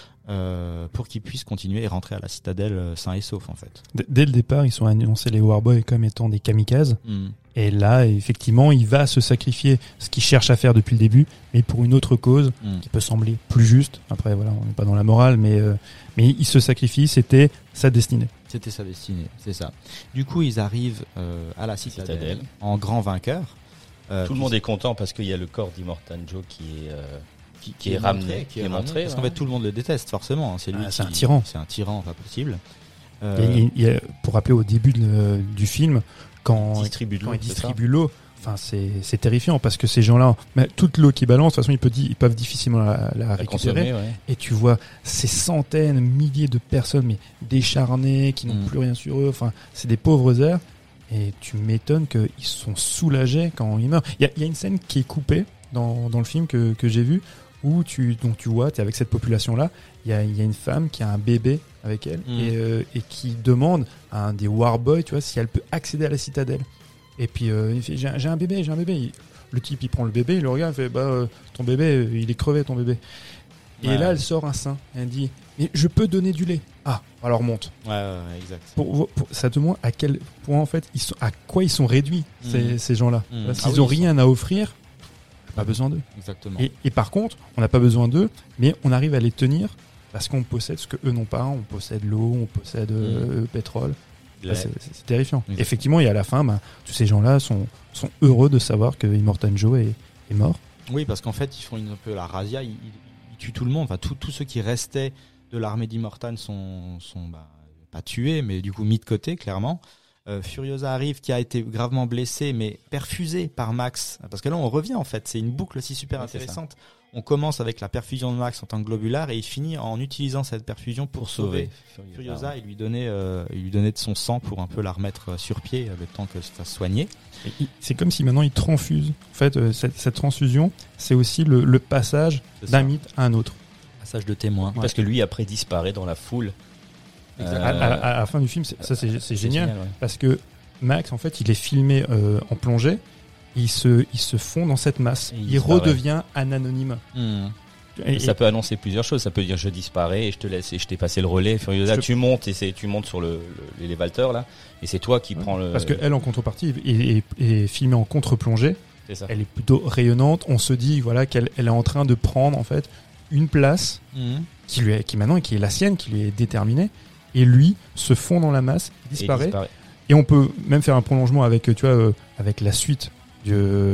euh, pour qu'ils puissent continuer et rentrer à la citadelle euh, sains et saufs en fait. D- dès le départ, ils sont annoncés les Warboys comme étant des kamikazes. Mm. Et là, effectivement, il va se sacrifier, ce qu'il cherche à faire depuis le début, mais pour une autre cause Mm. qui peut sembler plus juste. Après, voilà, on n'est pas dans la morale, mais euh, mais il se sacrifie, c'était sa destinée. C'était sa destinée, c'est ça. Du coup, ils arrivent euh, à la citadelle, Citadelle. en grand vainqueur. Euh, Tout le monde est content parce qu'il y a le corps d'Immortan Joe qui est, euh, qui, qui est ramené, montré, qui est montré. parce qu'en ouais. fait tout le monde le déteste forcément. C'est lui, Ah, c'est qui- un tyran. C'est un tyran, pas possible. Euh, Il y a- il y a- pour rappeler au début de- du film, quand Il distribue de quand l'eau, il c'est distribue l'eau, enfin c'est c'est terrifiant parce que ces gens-là, mais toute l'eau qui balance, de toute façon ils peuvent, ils peuvent difficilement la, la à récupérer. consommer, ouais. Et tu vois ces centaines, milliers de personnes, mais décharnées, qui n'ont Mm. plus rien sur eux. Enfin, c'est des pauvres airs. Et tu m'étonnes qu'ils sont soulagés quand ils meurent. Il y a, il y a une scène qui est coupée dans, dans le film que, que j'ai vu où tu, donc tu vois, tu es avec cette population-là. Il y a, il y a une femme qui a un bébé avec elle Mm. et, euh, et qui demande à un des Warboys, tu vois, si elle peut accéder à la citadelle. Et puis euh, il fait j'ai, un- j'ai un bébé, j'ai un bébé. Il- le type il prend le bébé, il le regarde, il fait bah euh, ton bébé, euh, il est crevé ton bébé. Et Ouais. là elle sort un sein. Elle dit mais je peux donner du lait. Ah alors monte. Ouais, ouais, ouais, exact. Pour, pour- ça te montre à quel point en fait ils sont, à quoi ils sont réduits ces, Mhm. ces gens-là. Mhm. Parce Ah qu'ils oui, ont ils sont- rien à offrir, pas besoin d'eux. Exactement. Et, et par contre, on n'a pas besoin d'eux, mais on arrive à les tenir parce qu'on possède ce que eux n'ont pas. On possède l'eau, on possède euh, le pétrole. Là, c'est, c'est- c'est terrifiant. Exactement. Effectivement, et à la fin, bah, tous ces gens-là sont, sont heureux de savoir que Immortan Joe est, est mort. Oui, parce qu'en fait, ils font une, un peu la razzia, ils, ils- ils tuent tout le monde. Enfin, tous tous ceux qui restaient de l'armée d'Immortan sont, sont bah, pas tués, mais du coup mis de côté, clairement. Euh, Furiosa arrive, qui a été gravement blessé, mais perfusé par Max. Parce que là, on revient, en fait. C'est une boucle aussi super Oui, c'est intéressante. On commence avec la perfusion de Max en tant que globulaire et il finit en utilisant cette perfusion pour, sauver Furiosa et lui donner, euh, et lui donner de son sang pour un peu la remettre sur pied euh, le temps que ça se soigner. Et il- c'est comme si maintenant ils transfusent. En fait, euh, cette, cette transfusion, c'est aussi le, le passage C'est d'un ça. mythe à un autre. Passage de témoin. Parce que lui après disparaît dans la foule. Exactement. À, Euh, à- à la fin du film, c'est- ça c'est, c'est génial. ouais. Parce que Max, en fait, il est filmé euh, en plongée. Il se, il se fond dans cette masse. Et il Il, disparaît. redevient un anonyme. Mmh. Et- Ça peut annoncer plusieurs choses. Ça peut dire je disparais et je te laisse et je t'ai passé le relais. Furiosa, Je- tu montes et c'est tu montes sur le, le- l'élévateur là et c'est toi qui prends le. Parce qu'elle, en contrepartie, est, est, est filmée en contre-plongée. C'est ça. Elle est plutôt rayonnante. On se dit voilà qu'elle elle est en train de prendre en fait une place Mmh. qui lui est, qui maintenant qui est la sienne, qui lui est déterminée. Et lui se fond dans la masse, Et disparaît. disparaît. Et on peut même faire un prolongement avec, tu vois, euh, avec la suite du,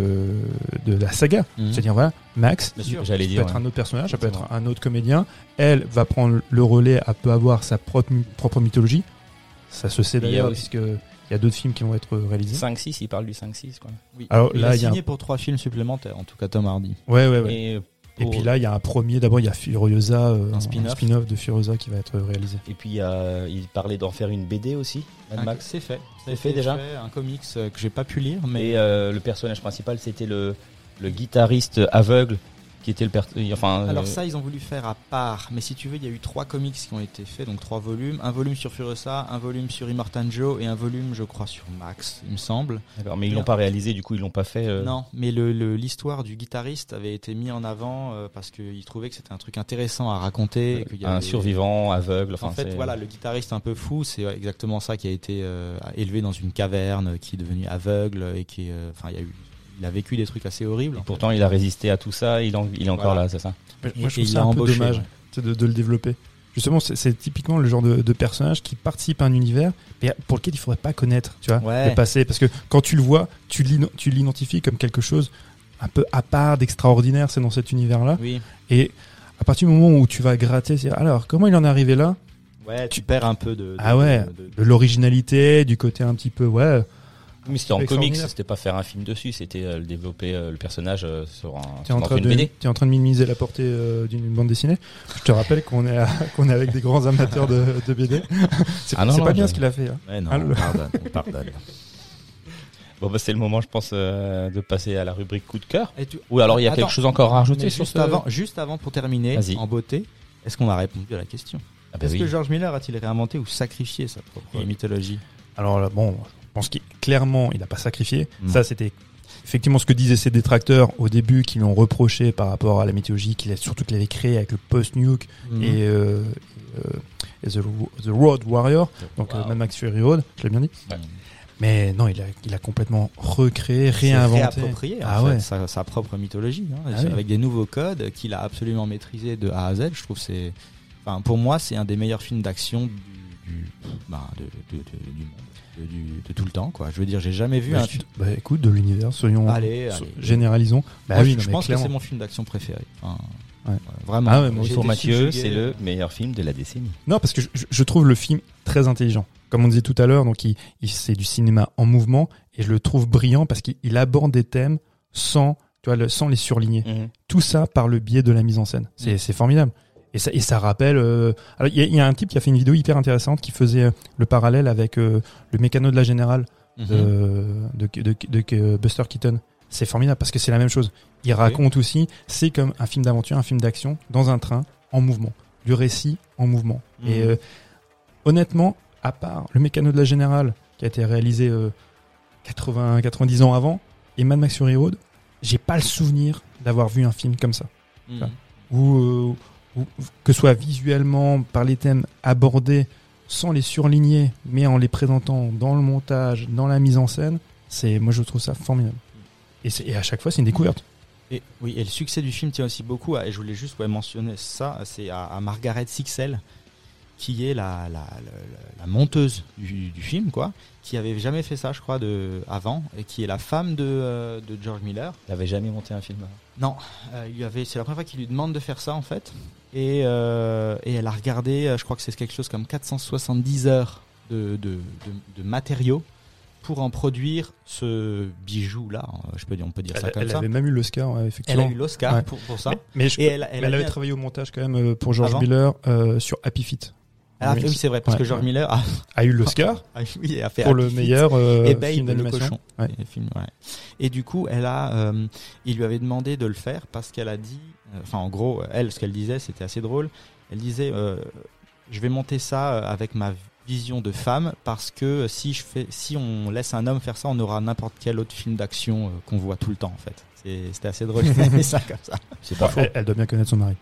de la saga. Mhm. C'est-à-dire, voilà, Max, Bien sûr, ça j'allais peut dire, être ouais. un autre personnage, ça peut être Effectivement. un autre comédien. Elle va prendre le relais, elle peut avoir sa propre, propre mythologie. Ça se sait Il y a d'ailleurs, aussi- puisque il y a d'autres films qui vont être réalisés. cinq six, il parle du cinq six quoi. Oui. Alors il là, a il y a signé un- pour trois films supplémentaires, en tout cas Tom Hardy. Ouais, ouais, ouais. Et, Et pour- puis là, il y a un premier, d'abord, il y a Furiosa, euh, Un spin-off. spin-off de Furiosa qui va être réalisé. et puis il, y a- il parlait d'en faire une B D aussi. Mad Un- Max. C'est fait. C'est fait déjà Un comics euh, que j'ai pas pu lire, mais Et euh, le personnage principal c'était le le guitariste aveugle qui était le per... enfin. Alors euh, ça, ils ont voulu faire à part. Mais si tu veux, il y a eu trois comics qui ont été faits, donc trois volumes. Un volume sur Furiosa, un volume sur Immortan Joe et un volume, je crois, sur Max, il me semble. D'accord, mais ils Et l'ont un- pas réalisé, du coup ils l'ont pas fait. euh, Non, mais le, le- l'histoire du guitariste avait été mis en avant euh, parce qu'ils trouvaient que c'était un truc intéressant à raconter. et qu'il y Un avait- survivant aveugle. Enfin, En fait, c'est- voilà, le guitariste un peu fou, c'est exactement ça qui a été euh, élevé dans une caverne, qui est devenu aveugle et qui, est, euh, enfin, il y a eu, il a vécu des trucs assez horribles. Et pourtant, il a résisté à tout ça. Il, en- il est encore Voilà. là, c'est ça. Moi, Et- je et trouve il ça a un peu embauché, dommage ouais. tu sais, de, de le développer. Justement, c'est, c'est typiquement le genre de, de personnage qui participe à un univers mais pour lequel il faudrait pas connaître, tu vois, Ouais. le passé. Parce que quand tu le vois, tu, l'ino- tu l'identifies comme quelque chose un peu à part, d'extraordinaire, c'est dans cet univers-là. Oui. Et à partir du moment où tu vas gratter, c'est alors comment il en est arrivé là? Ouais, tu perds un peu de. de- Ah ouais, de- de- de l'originalité, du côté un petit peu, ouais. Mais c'était en comics, Extraordinaire. c'était pas faire un film dessus, c'était euh, le développer euh, le personnage euh, sur un T'es en, dans train une de, B D. t'es en train de minimiser la portée euh, d'une bande dessinée. Je te rappelle qu'on est, à- qu'on est avec des grands amateurs de, de B D. C'est, Ah non, c'est non, pas bien je- ce qu'il a fait. Hein. Ouais, non, Ah, le- on pardonne, on pardonne. Bon bah c'est le moment, je pense, euh, de passer à la rubrique coup de cœur. Et tu- Ou alors il y a Attends, quelque chose encore à rajouter mais sur juste ce. avant, juste avant pour terminer, Vas-y. en beauté, est-ce qu'on a répondu à la question? Ah bah Est-ce oui. que George Miller a-t-il réinventé ou sacrifié sa propre Il- mythologie? Alors là, bon, je pense qu'il clairement, il n'a pas sacrifié. Non. Ça, c'était effectivement ce que disaient ses détracteurs au début, qui l'ont reproché par rapport à la mythologie, qu'il a surtout qu'il avait créé avec le post-nuke Mhm. et, euh, euh, et the, the Road Warrior, donc Wow. euh, Mad Max Fury Road, je l'ai bien dit. Ouais. Mais non, il a, il a complètement recréé, C'est réinventé. réapproprié en Ah fait, ouais. sa, sa propre mythologie, hein, Ah oui. avec des nouveaux codes qu'il a absolument maîtrisé de A à Z. Je trouve que c'est, enfin, pour moi, c'est un des meilleurs films d'action du, du, ben, de, de, de- du monde, de, du- de tout le temps, quoi. Je veux dire, j'ai jamais vu Bah, un je- film. bah, écoute, de l'univers, soyons, Allez, so- allez. généralisons. Bah Moi, oui, je, non, je mais pense clairement. que c'est mon film d'action préféré. Enfin, Ouais. ouais, vraiment. Ah ouais, moi J'ai Pour été Mathieu, subjugué. c'est le meilleur film de la décennie. Non, parce que je, je trouve le film très intelligent. Comme on disait tout à l'heure, donc il, il- c'est du cinéma en mouvement et je le trouve brillant parce qu'il il aborde des thèmes sans, tu vois, le, sans les surligner. Tout ça par le biais de la mise en scène. C'est, Mm. c'est formidable. Et ça, et ça rappelle. euh, alors il y a, il y a un type qui a fait une vidéo hyper intéressante qui faisait euh, le parallèle avec euh, le mécano de la Générale Mhm. de, de, de, de- de Buster Keaton. C'est formidable parce que c'est la même chose. Il raconte aussi, c'est comme un film d'aventure, un film d'action dans un train en mouvement, du récit en mouvement. Mhm. Et euh, honnêtement, à part le mécano de la Générale qui a été réalisé euh, quatre-vingts, quatre-vingt-dix ans avant et Mad Max Fury Road, j'ai pas le souvenir d'avoir vu un film comme ça. Mhm. Où, euh, où- que ce soit visuellement par les thèmes abordés sans les surligner, mais en les présentant dans le montage, dans la mise en scène, c'est, moi je trouve ça formidable. Et, c'est, et à chaque fois, c'est une découverte. Et, oui, et le succès du film tient aussi beaucoup à, et je voulais juste ouais, mentionner ça, c'est à, à Margaret Sixel, qui est la, la, la, la monteuse du, du film, quoi, qui avait jamais fait ça, je crois, de, avant, et qui est la femme de, euh, de George Miller. Il n'avait jamais monté un film. Non, euh, il lui avait, c'est la première fois qu'il lui demande de faire ça, en fait. Et, euh, et elle a regardé, euh, je crois que c'est quelque chose comme quatre cent soixante-dix heures de, de, de, de matériaux pour en produire ce bijou-là, je peux dire, on peut dire ça Elle, comme elle ça. avait même eu l'Oscar, ouais, Elle effectivement. a eu l'Oscar Ouais. pour, pour ça. Mais, mais, je- Et elle, elle mais a elle avait bien- travaillé au montage quand même euh, pour George Avant Miller euh, sur Happy Feet. Ah oui, c'est vrai, parce Ouais, que George ouais. Miller a, A eu l'Oscar a, oui, a fait pour Happy le Feet meilleur euh, et Babe, film le d'animation. cochon. Ouais. Et, film, ouais. Et du coup, elle a, euh, il lui avait demandé de le faire parce qu'elle a dit, euh, enfin en gros, elle, ce qu'elle disait, c'était assez drôle. Elle disait, euh, je vais monter ça euh, avec ma vision de femme parce que si je fais, si on laisse un homme faire ça, on aura n'importe quel autre film d'action euh, qu'on voit tout le temps en fait. C'est, c'était assez drôle. Je aimais ça comme ça. C'est pas faux. Elle, elle doit bien connaître son mari.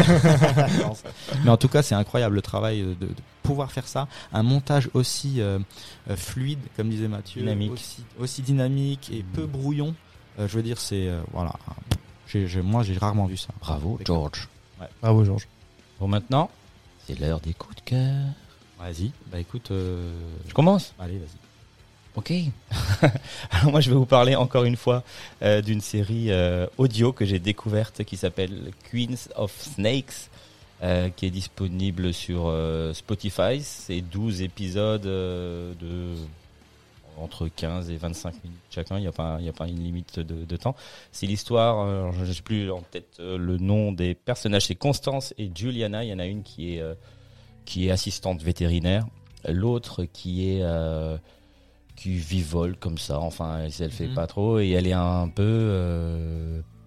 Mais en tout cas, c'est incroyable le travail de, de pouvoir faire ça. Un montage aussi euh, euh, fluide, comme disait Mathieu, Dynamique. Aussi, aussi dynamique et peu brouillon. Euh, je veux dire, c'est euh, voilà. J'ai, j'ai, moi, j'ai rarement vu ça. Bravo, George. Bravo, Georges. Bon, maintenant, c'est l'heure des coups de cœur. Vas-y. Bah écoute, euh... Je commence. allez, vas-y. Ok. Alors moi, je vais vous parler encore une fois euh, d'une série euh, audio que j'ai découverte qui s'appelle Queens of Snakes, euh, qui est disponible sur euh, Spotify. C'est douze épisodes euh, de entre quinze et vingt-cinq minutes chacun. Il n'y a pas, il y a pas une limite de, de temps. C'est l'histoire. Euh, je n'ai plus en tête euh, le nom des personnages. C'est Constance et Juliana. Il y en a une qui est euh, qui est assistante vétérinaire, l'autre qui est euh, qui vivole comme ça, enfin elle fait Mhm. pas trop et elle est un peu euh,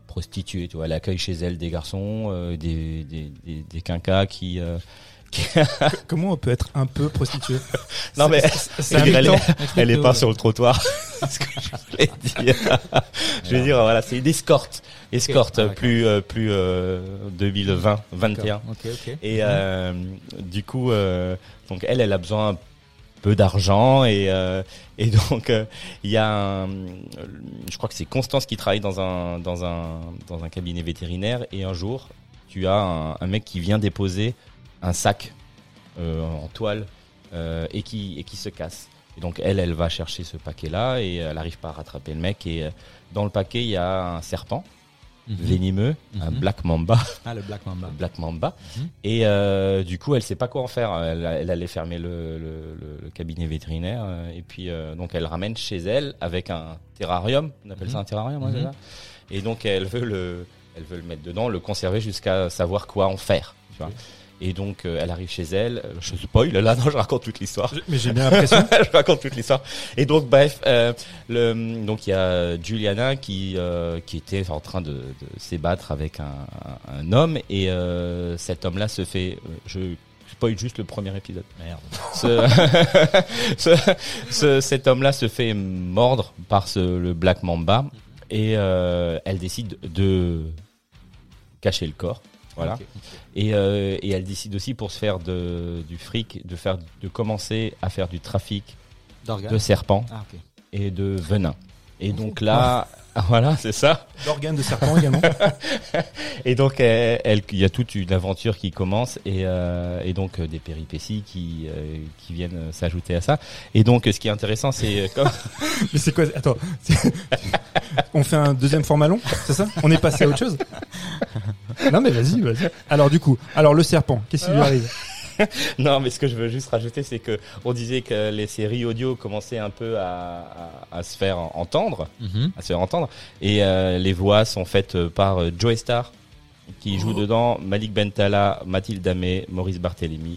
prostituée, tu vois, elle accueille chez elle des garçons, euh, des, des, des, des quinquas qui, euh, qui... Comment on peut être un peu prostituée? Non mais c'est, c'est elle, elle, mi-temps. est, elle est pas sur le trottoir. C'est ce que je voulais dire. Je veux dire, voilà, c'est une escorte, escorte Okay. Ah, plus euh, plus euh, deux mille vingt, vingt et un. Ok, ok. Et euh, du coup, euh, donc elle, elle a besoin un peu d'argent et euh, et donc euh, il y a, un, je crois que c'est Constance qui travaille dans un dans un dans un cabinet vétérinaire et un jour, tu as un, un mec qui vient déposer un sac euh, en toile euh, et qui et qui se casse. Et donc elle, elle va chercher ce paquet-là et elle arrive pas à rattraper le mec et euh, dans le paquet il y a un serpent Mhm. venimeux, Mhm. un black mamba. Ah, le Black Mamba. Black Mamba. Mhm. Et euh, du coup, elle sait pas quoi en faire. Elle, elle allait fermer le, le, le, le cabinet vétérinaire euh, et puis euh, donc elle ramène chez elle avec un terrarium. On appelle Mhm. ça un terrarium, hein, Mhm. c'est ça. Et donc elle veut le, elle veut le mettre dedans, le conserver jusqu'à savoir quoi en faire. Tu vois. Et donc euh, elle arrive chez elle. Je spoil là, non, je raconte toute l'histoire. Mais j'ai bien l'impression. Je raconte toute l'histoire. Et donc bref, euh, le donc il y a Juliana qui euh, qui était en train de, de s'ébattre avec un, un, un homme et euh, cet homme-là se fait, euh, je spoil juste le premier épisode. Merde. Ce, ce, ce- cet homme-là se fait mordre par ce, le Black Mamba et euh, elle décide de cacher le corps. Voilà. Ok. Et, euh, et elle décide aussi pour se faire de, du fric, de faire, de commencer à faire du trafic D'organes. de serpents Ah, ok. et de venin. Et donc là, voilà, c'est ça. D'organes de serpent également. Et donc, elle, elle- il y a toute une aventure qui commence et, euh, et donc euh, des péripéties qui, euh, qui viennent euh, s'ajouter à ça. Et donc, ce qui est intéressant, c'est euh, comme Mais c'est quoi? Attends. C'est- On fait un deuxième format long, c'est ça? On est passé à autre chose? Non mais vas-y, vas-y. Alors du coup, alors le serpent, qu'est-ce qui lui arrive? non, mais ce que je veux juste rajouter, c'est que on disait que les séries audio commençaient un peu à, à, à se faire entendre, Mhm. à se faire entendre, et euh, les voix sont faites euh, par euh, Joe Star, qui joue dedans, Malik Bentala, Mathilde Amé, Maurice Barthélémy,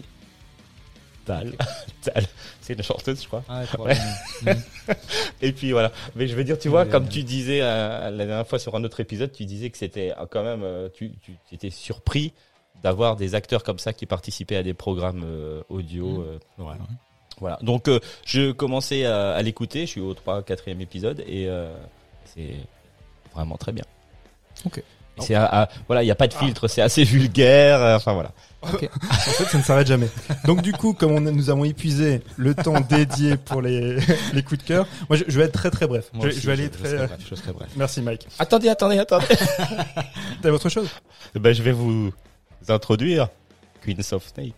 Tal, Tal, c'est une chanteuse, je crois. Ah, ouais, probablement. Mhm. Et puis voilà. Mais je veux dire, tu vois, Ouais, comme ouais. tu disais euh, la dernière fois sur un autre épisode, tu disais que c'était euh, quand même, euh, tu, tu étais surpris d'avoir des acteurs comme ça qui participaient à des programmes euh, audio. euh, Ouais. Voilà. Donc euh, je commençais à, à l'écouter. Je suis au trois, quatrième épisode et euh, c'est vraiment très bien. Ok. Et c'est à- à- voilà, il y a pas de filtre, c'est assez vulgaire. euh, Enfin voilà. En fait, ça ne s'arrête jamais. Donc du coup, comme on a- nous avons épuisé le temps dédié pour les, les coups de cœur, moi je, je vais être très très bref. Moi Je, aussi, je vais aller je très. serai bref, je serai bref. Merci Mike. Attendez, attendez, attendez. T'as autre chose? ben je vais vous introduire Queens of Snakes.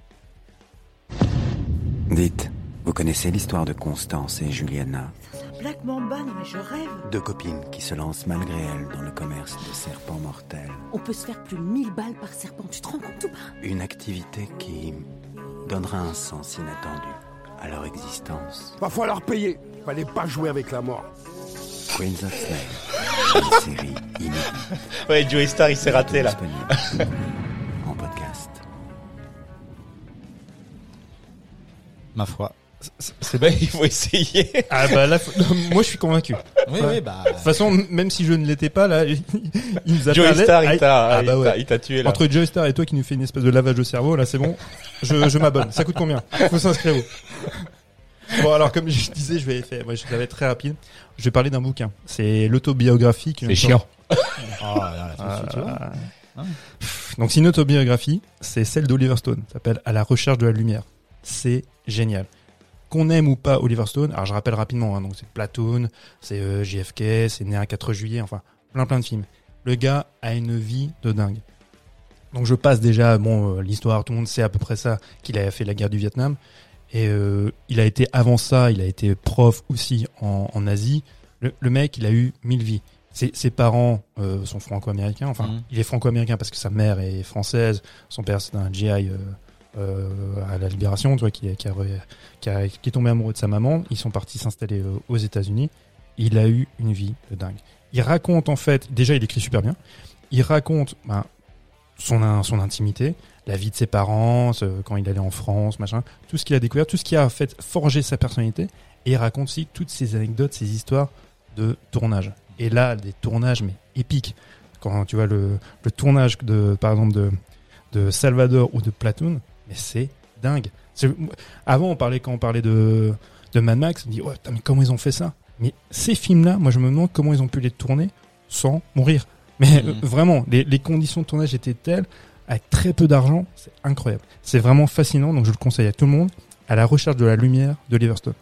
Dites, vous connaissez l'histoire de Constance et Juliana, Black Mamba, non mais je rêve. deux copines qui se lancent malgré elles dans le commerce de serpents mortels. On peut se faire plus de mille balles par serpent, tu te rends compte ou pas? Une activité qui donnera un sens inattendu à leur existence. Va falloir payer. Fallait pas jouer avec la mort. Queens of Snakes, une série inédite. Ouais, Joey Star, il s'est raté là. Disponible en podcast. Ma foi. C'est Ben, il faut essayer. Ah bah là, faut- moi je suis convaincu. Oui, Ouais. oui, bah. De toute façon, même si je ne l'étais pas là, il nous a Joey parlé- Star, Ah, il t'a, ah, il bah t'a- ouais. il t'a tué là. Entre Joey Star et toi qui nous fait une espèce de lavage de cerveau, là c'est bon. Je, je m'abonne. Ça coûte combien? Faut s'inscrire où? Bon alors comme je disais, je vais faire, moi je vais être très rapide. Je vais parler d'un bouquin. C'est l'autobiographie. qui C'est vient de chiant. Oh, là, là, tout de suite, tu vois. Ah. Ah. Donc c'est une autobiographie, c'est celle d'Oliver Stone, ça s'appelle À la recherche de la lumière. C'est génial. Qu'on aime ou pas Oliver Stone, alors je rappelle rapidement, hein, donc c'est Platoon, c'est euh, J F K, c'est né un quatre juillet, enfin plein plein de films. Le gars a une vie de dingue. Donc je passe déjà, bon, euh, l'histoire, tout le monde sait à peu près ça, qu'il a fait la guerre du Vietnam. Et euh, il a été, avant ça, il a été prof aussi en, en Asie. Le, le mec, il a eu mille vies. Ses, ses parents euh, sont franco-américains. Enfin, Mhm. il est franco-américain parce que sa mère est française. Son père, c'est un G I euh, euh, à la Libération, tu vois, qui, qui, a, qui, a, qui est tombé amoureux de sa maman. Ils sont partis s'installer euh, aux États-Unis. Il a eu une vie de dingue. Il raconte, en fait, déjà, il écrit super bien. Il raconte ben, son, son intimité, la vie de ses parents, ce, quand il allait en France, machin, tout ce qu'il a découvert, tout ce qui a en fait forgé sa personnalité. Et il raconte aussi toutes ces anecdotes, ces histoires de tournage. Et là, des tournages, mais épiques. quand tu vois le, le tournage de, par exemple, de, de Salvador ou de Platoon, mais c'est dingue. C'est, avant, on parlait, quand on parlait de, de Mad Max, on dit, ouais, mais comment ils ont fait ça? Mais ces films-là, moi, je me demande comment ils ont pu les tourner sans mourir. Mais mmh. euh, vraiment, les, les conditions de tournage étaient telles, avec très peu d'argent, c'est incroyable. C'est vraiment fascinant, donc je le conseille à tout le monde, à la recherche de la lumière de Liverstone.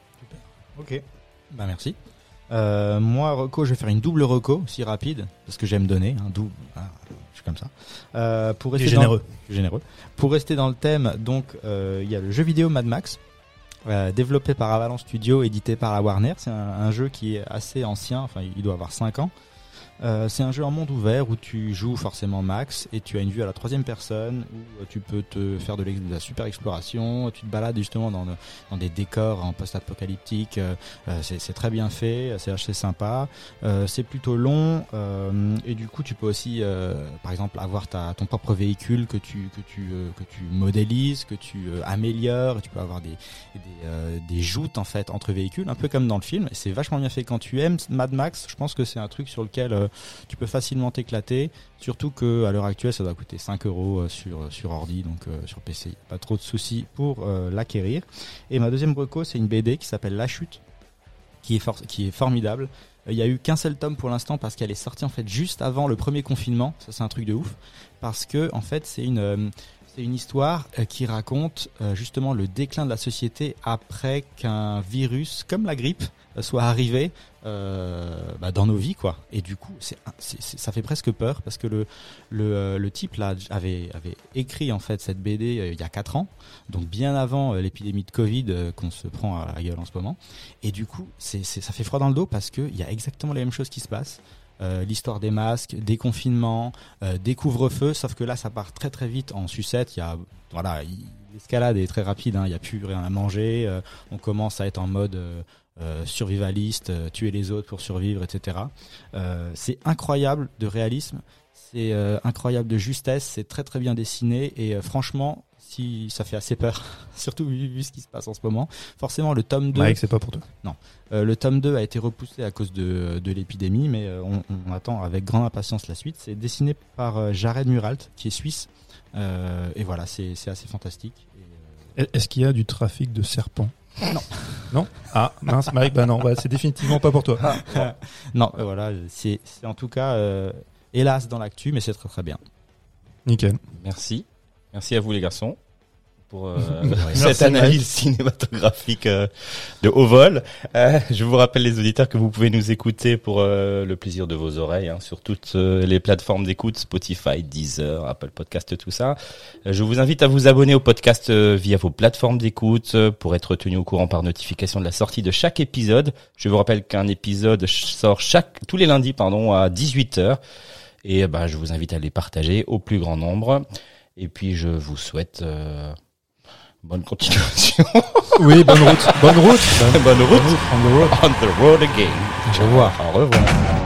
Ok, bah merci. Euh, moi, reco, je vais faire une double reco, si rapide, parce que j'aime donner, un hein, double, ah, je suis comme ça. Euh, pour rester généreux. Dans, généreux. Pour rester dans le thème, donc, euh, il y a le jeu vidéo Mad Max, euh, développé par Avalanche Studio, édité par la Warner. C'est un, un jeu qui est assez ancien, enfin, il doit avoir cinq ans. Euh, c'est un jeu en monde ouvert où tu joues forcément Max et tu as une vue à la troisième personne où tu peux te faire de, de la super exploration, tu te balades justement dans, dans des décors en post-apocalyptique, euh, c'est, c'est très bien fait, c'est assez sympa, euh, c'est plutôt long euh, et du coup tu peux aussi euh, par exemple avoir ta, ton propre véhicule que tu, que tu, euh, que tu modélises, que tu euh, améliores, et tu peux avoir des, des, euh, des joutes en fait entre véhicules, un peu comme dans le film, et c'est vachement bien fait. Quand tu aimes Mad Max, je pense que c'est un truc sur lequel euh, tu peux facilement t'éclater, surtout que à l'heure actuelle ça doit coûter cinq euros sur sur ordi, donc euh, sur P C, pas trop de soucis pour euh, l'acquérir. Et ma deuxième reco, c'est une B D qui s'appelle La Chute, qui est for- qui est formidable. Il y a eu qu'un seul tome pour l'instant parce qu'elle est sortie en fait juste avant le premier confinement. Ça c'est un truc de ouf parce que en fait c'est une euh, c'est une histoire euh, qui raconte euh, justement le déclin de la société après qu'un virus comme la grippe euh, soit arrivé euh, bah, dans nos vies quoi. Et du coup c'est, c'est, c'est ça fait presque peur parce que le le euh, le type là avait avait écrit en fait cette B D euh, il y a quatre ans, donc bien avant euh, l'épidémie de Covid euh, qu'on se prend à la gueule en ce moment. Et du coup c'est, c'est ça fait froid dans le dos parce que il y a exactement les mêmes choses qui se passent. Euh, l'histoire des masques, des confinements, euh, des couvre-feux, sauf que là ça part très très vite en sucette. Il y a voilà, il, l'escalade est très rapide, hein, il y a plus rien à manger, euh, on commence à être en mode euh, euh, survivaliste, euh, tuer les autres pour survivre, et cetera. Euh, c'est incroyable de réalisme, c'est euh, incroyable de justesse, c'est très très bien dessiné et euh, franchement, si ça fait assez peur, surtout vu, vu ce qui se passe en ce moment. Forcément, le tome deux... Mike, c'est pas pour toi. Non. Euh, le tome deux a été repoussé à cause de, de l'épidémie, mais euh, on, on attend avec grande impatience la suite. C'est dessiné par euh, Jared Muralt, qui est suisse. Euh, et voilà, c'est, c'est assez fantastique. Et, euh... Est-ce qu'il y a du trafic de serpents? Non. Non? Ah, mince, Mike, bah non, bah, c'est définitivement pas pour toi. Ah. Non, euh, voilà, c'est, c'est en tout cas, euh, hélas, dans l'actu, mais c'est très très bien. Nickel. Merci. Merci à vous les garçons pour euh, cette analyse cinématographique euh, de haut vol. Euh, je vous rappelle les auditeurs que vous pouvez nous écouter pour euh, le plaisir de vos oreilles hein, sur toutes euh, les plateformes d'écoute, Spotify, Deezer, Apple Podcast, tout ça. Euh, je vous invite à vous abonner au podcast euh, via vos plateformes d'écoute euh, pour être tenu au courant par notification de la sortie de chaque épisode. Je vous rappelle qu'un épisode sort chaque tous les lundis pardon à dix-huit heures et bah je vous invite à les partager au plus grand nombre. Et puis je vous souhaite euh, bonne continuation. Oui, bonne route. Bonne route. Bonne route. On the road. On the road again. Au revoir. Au revoir.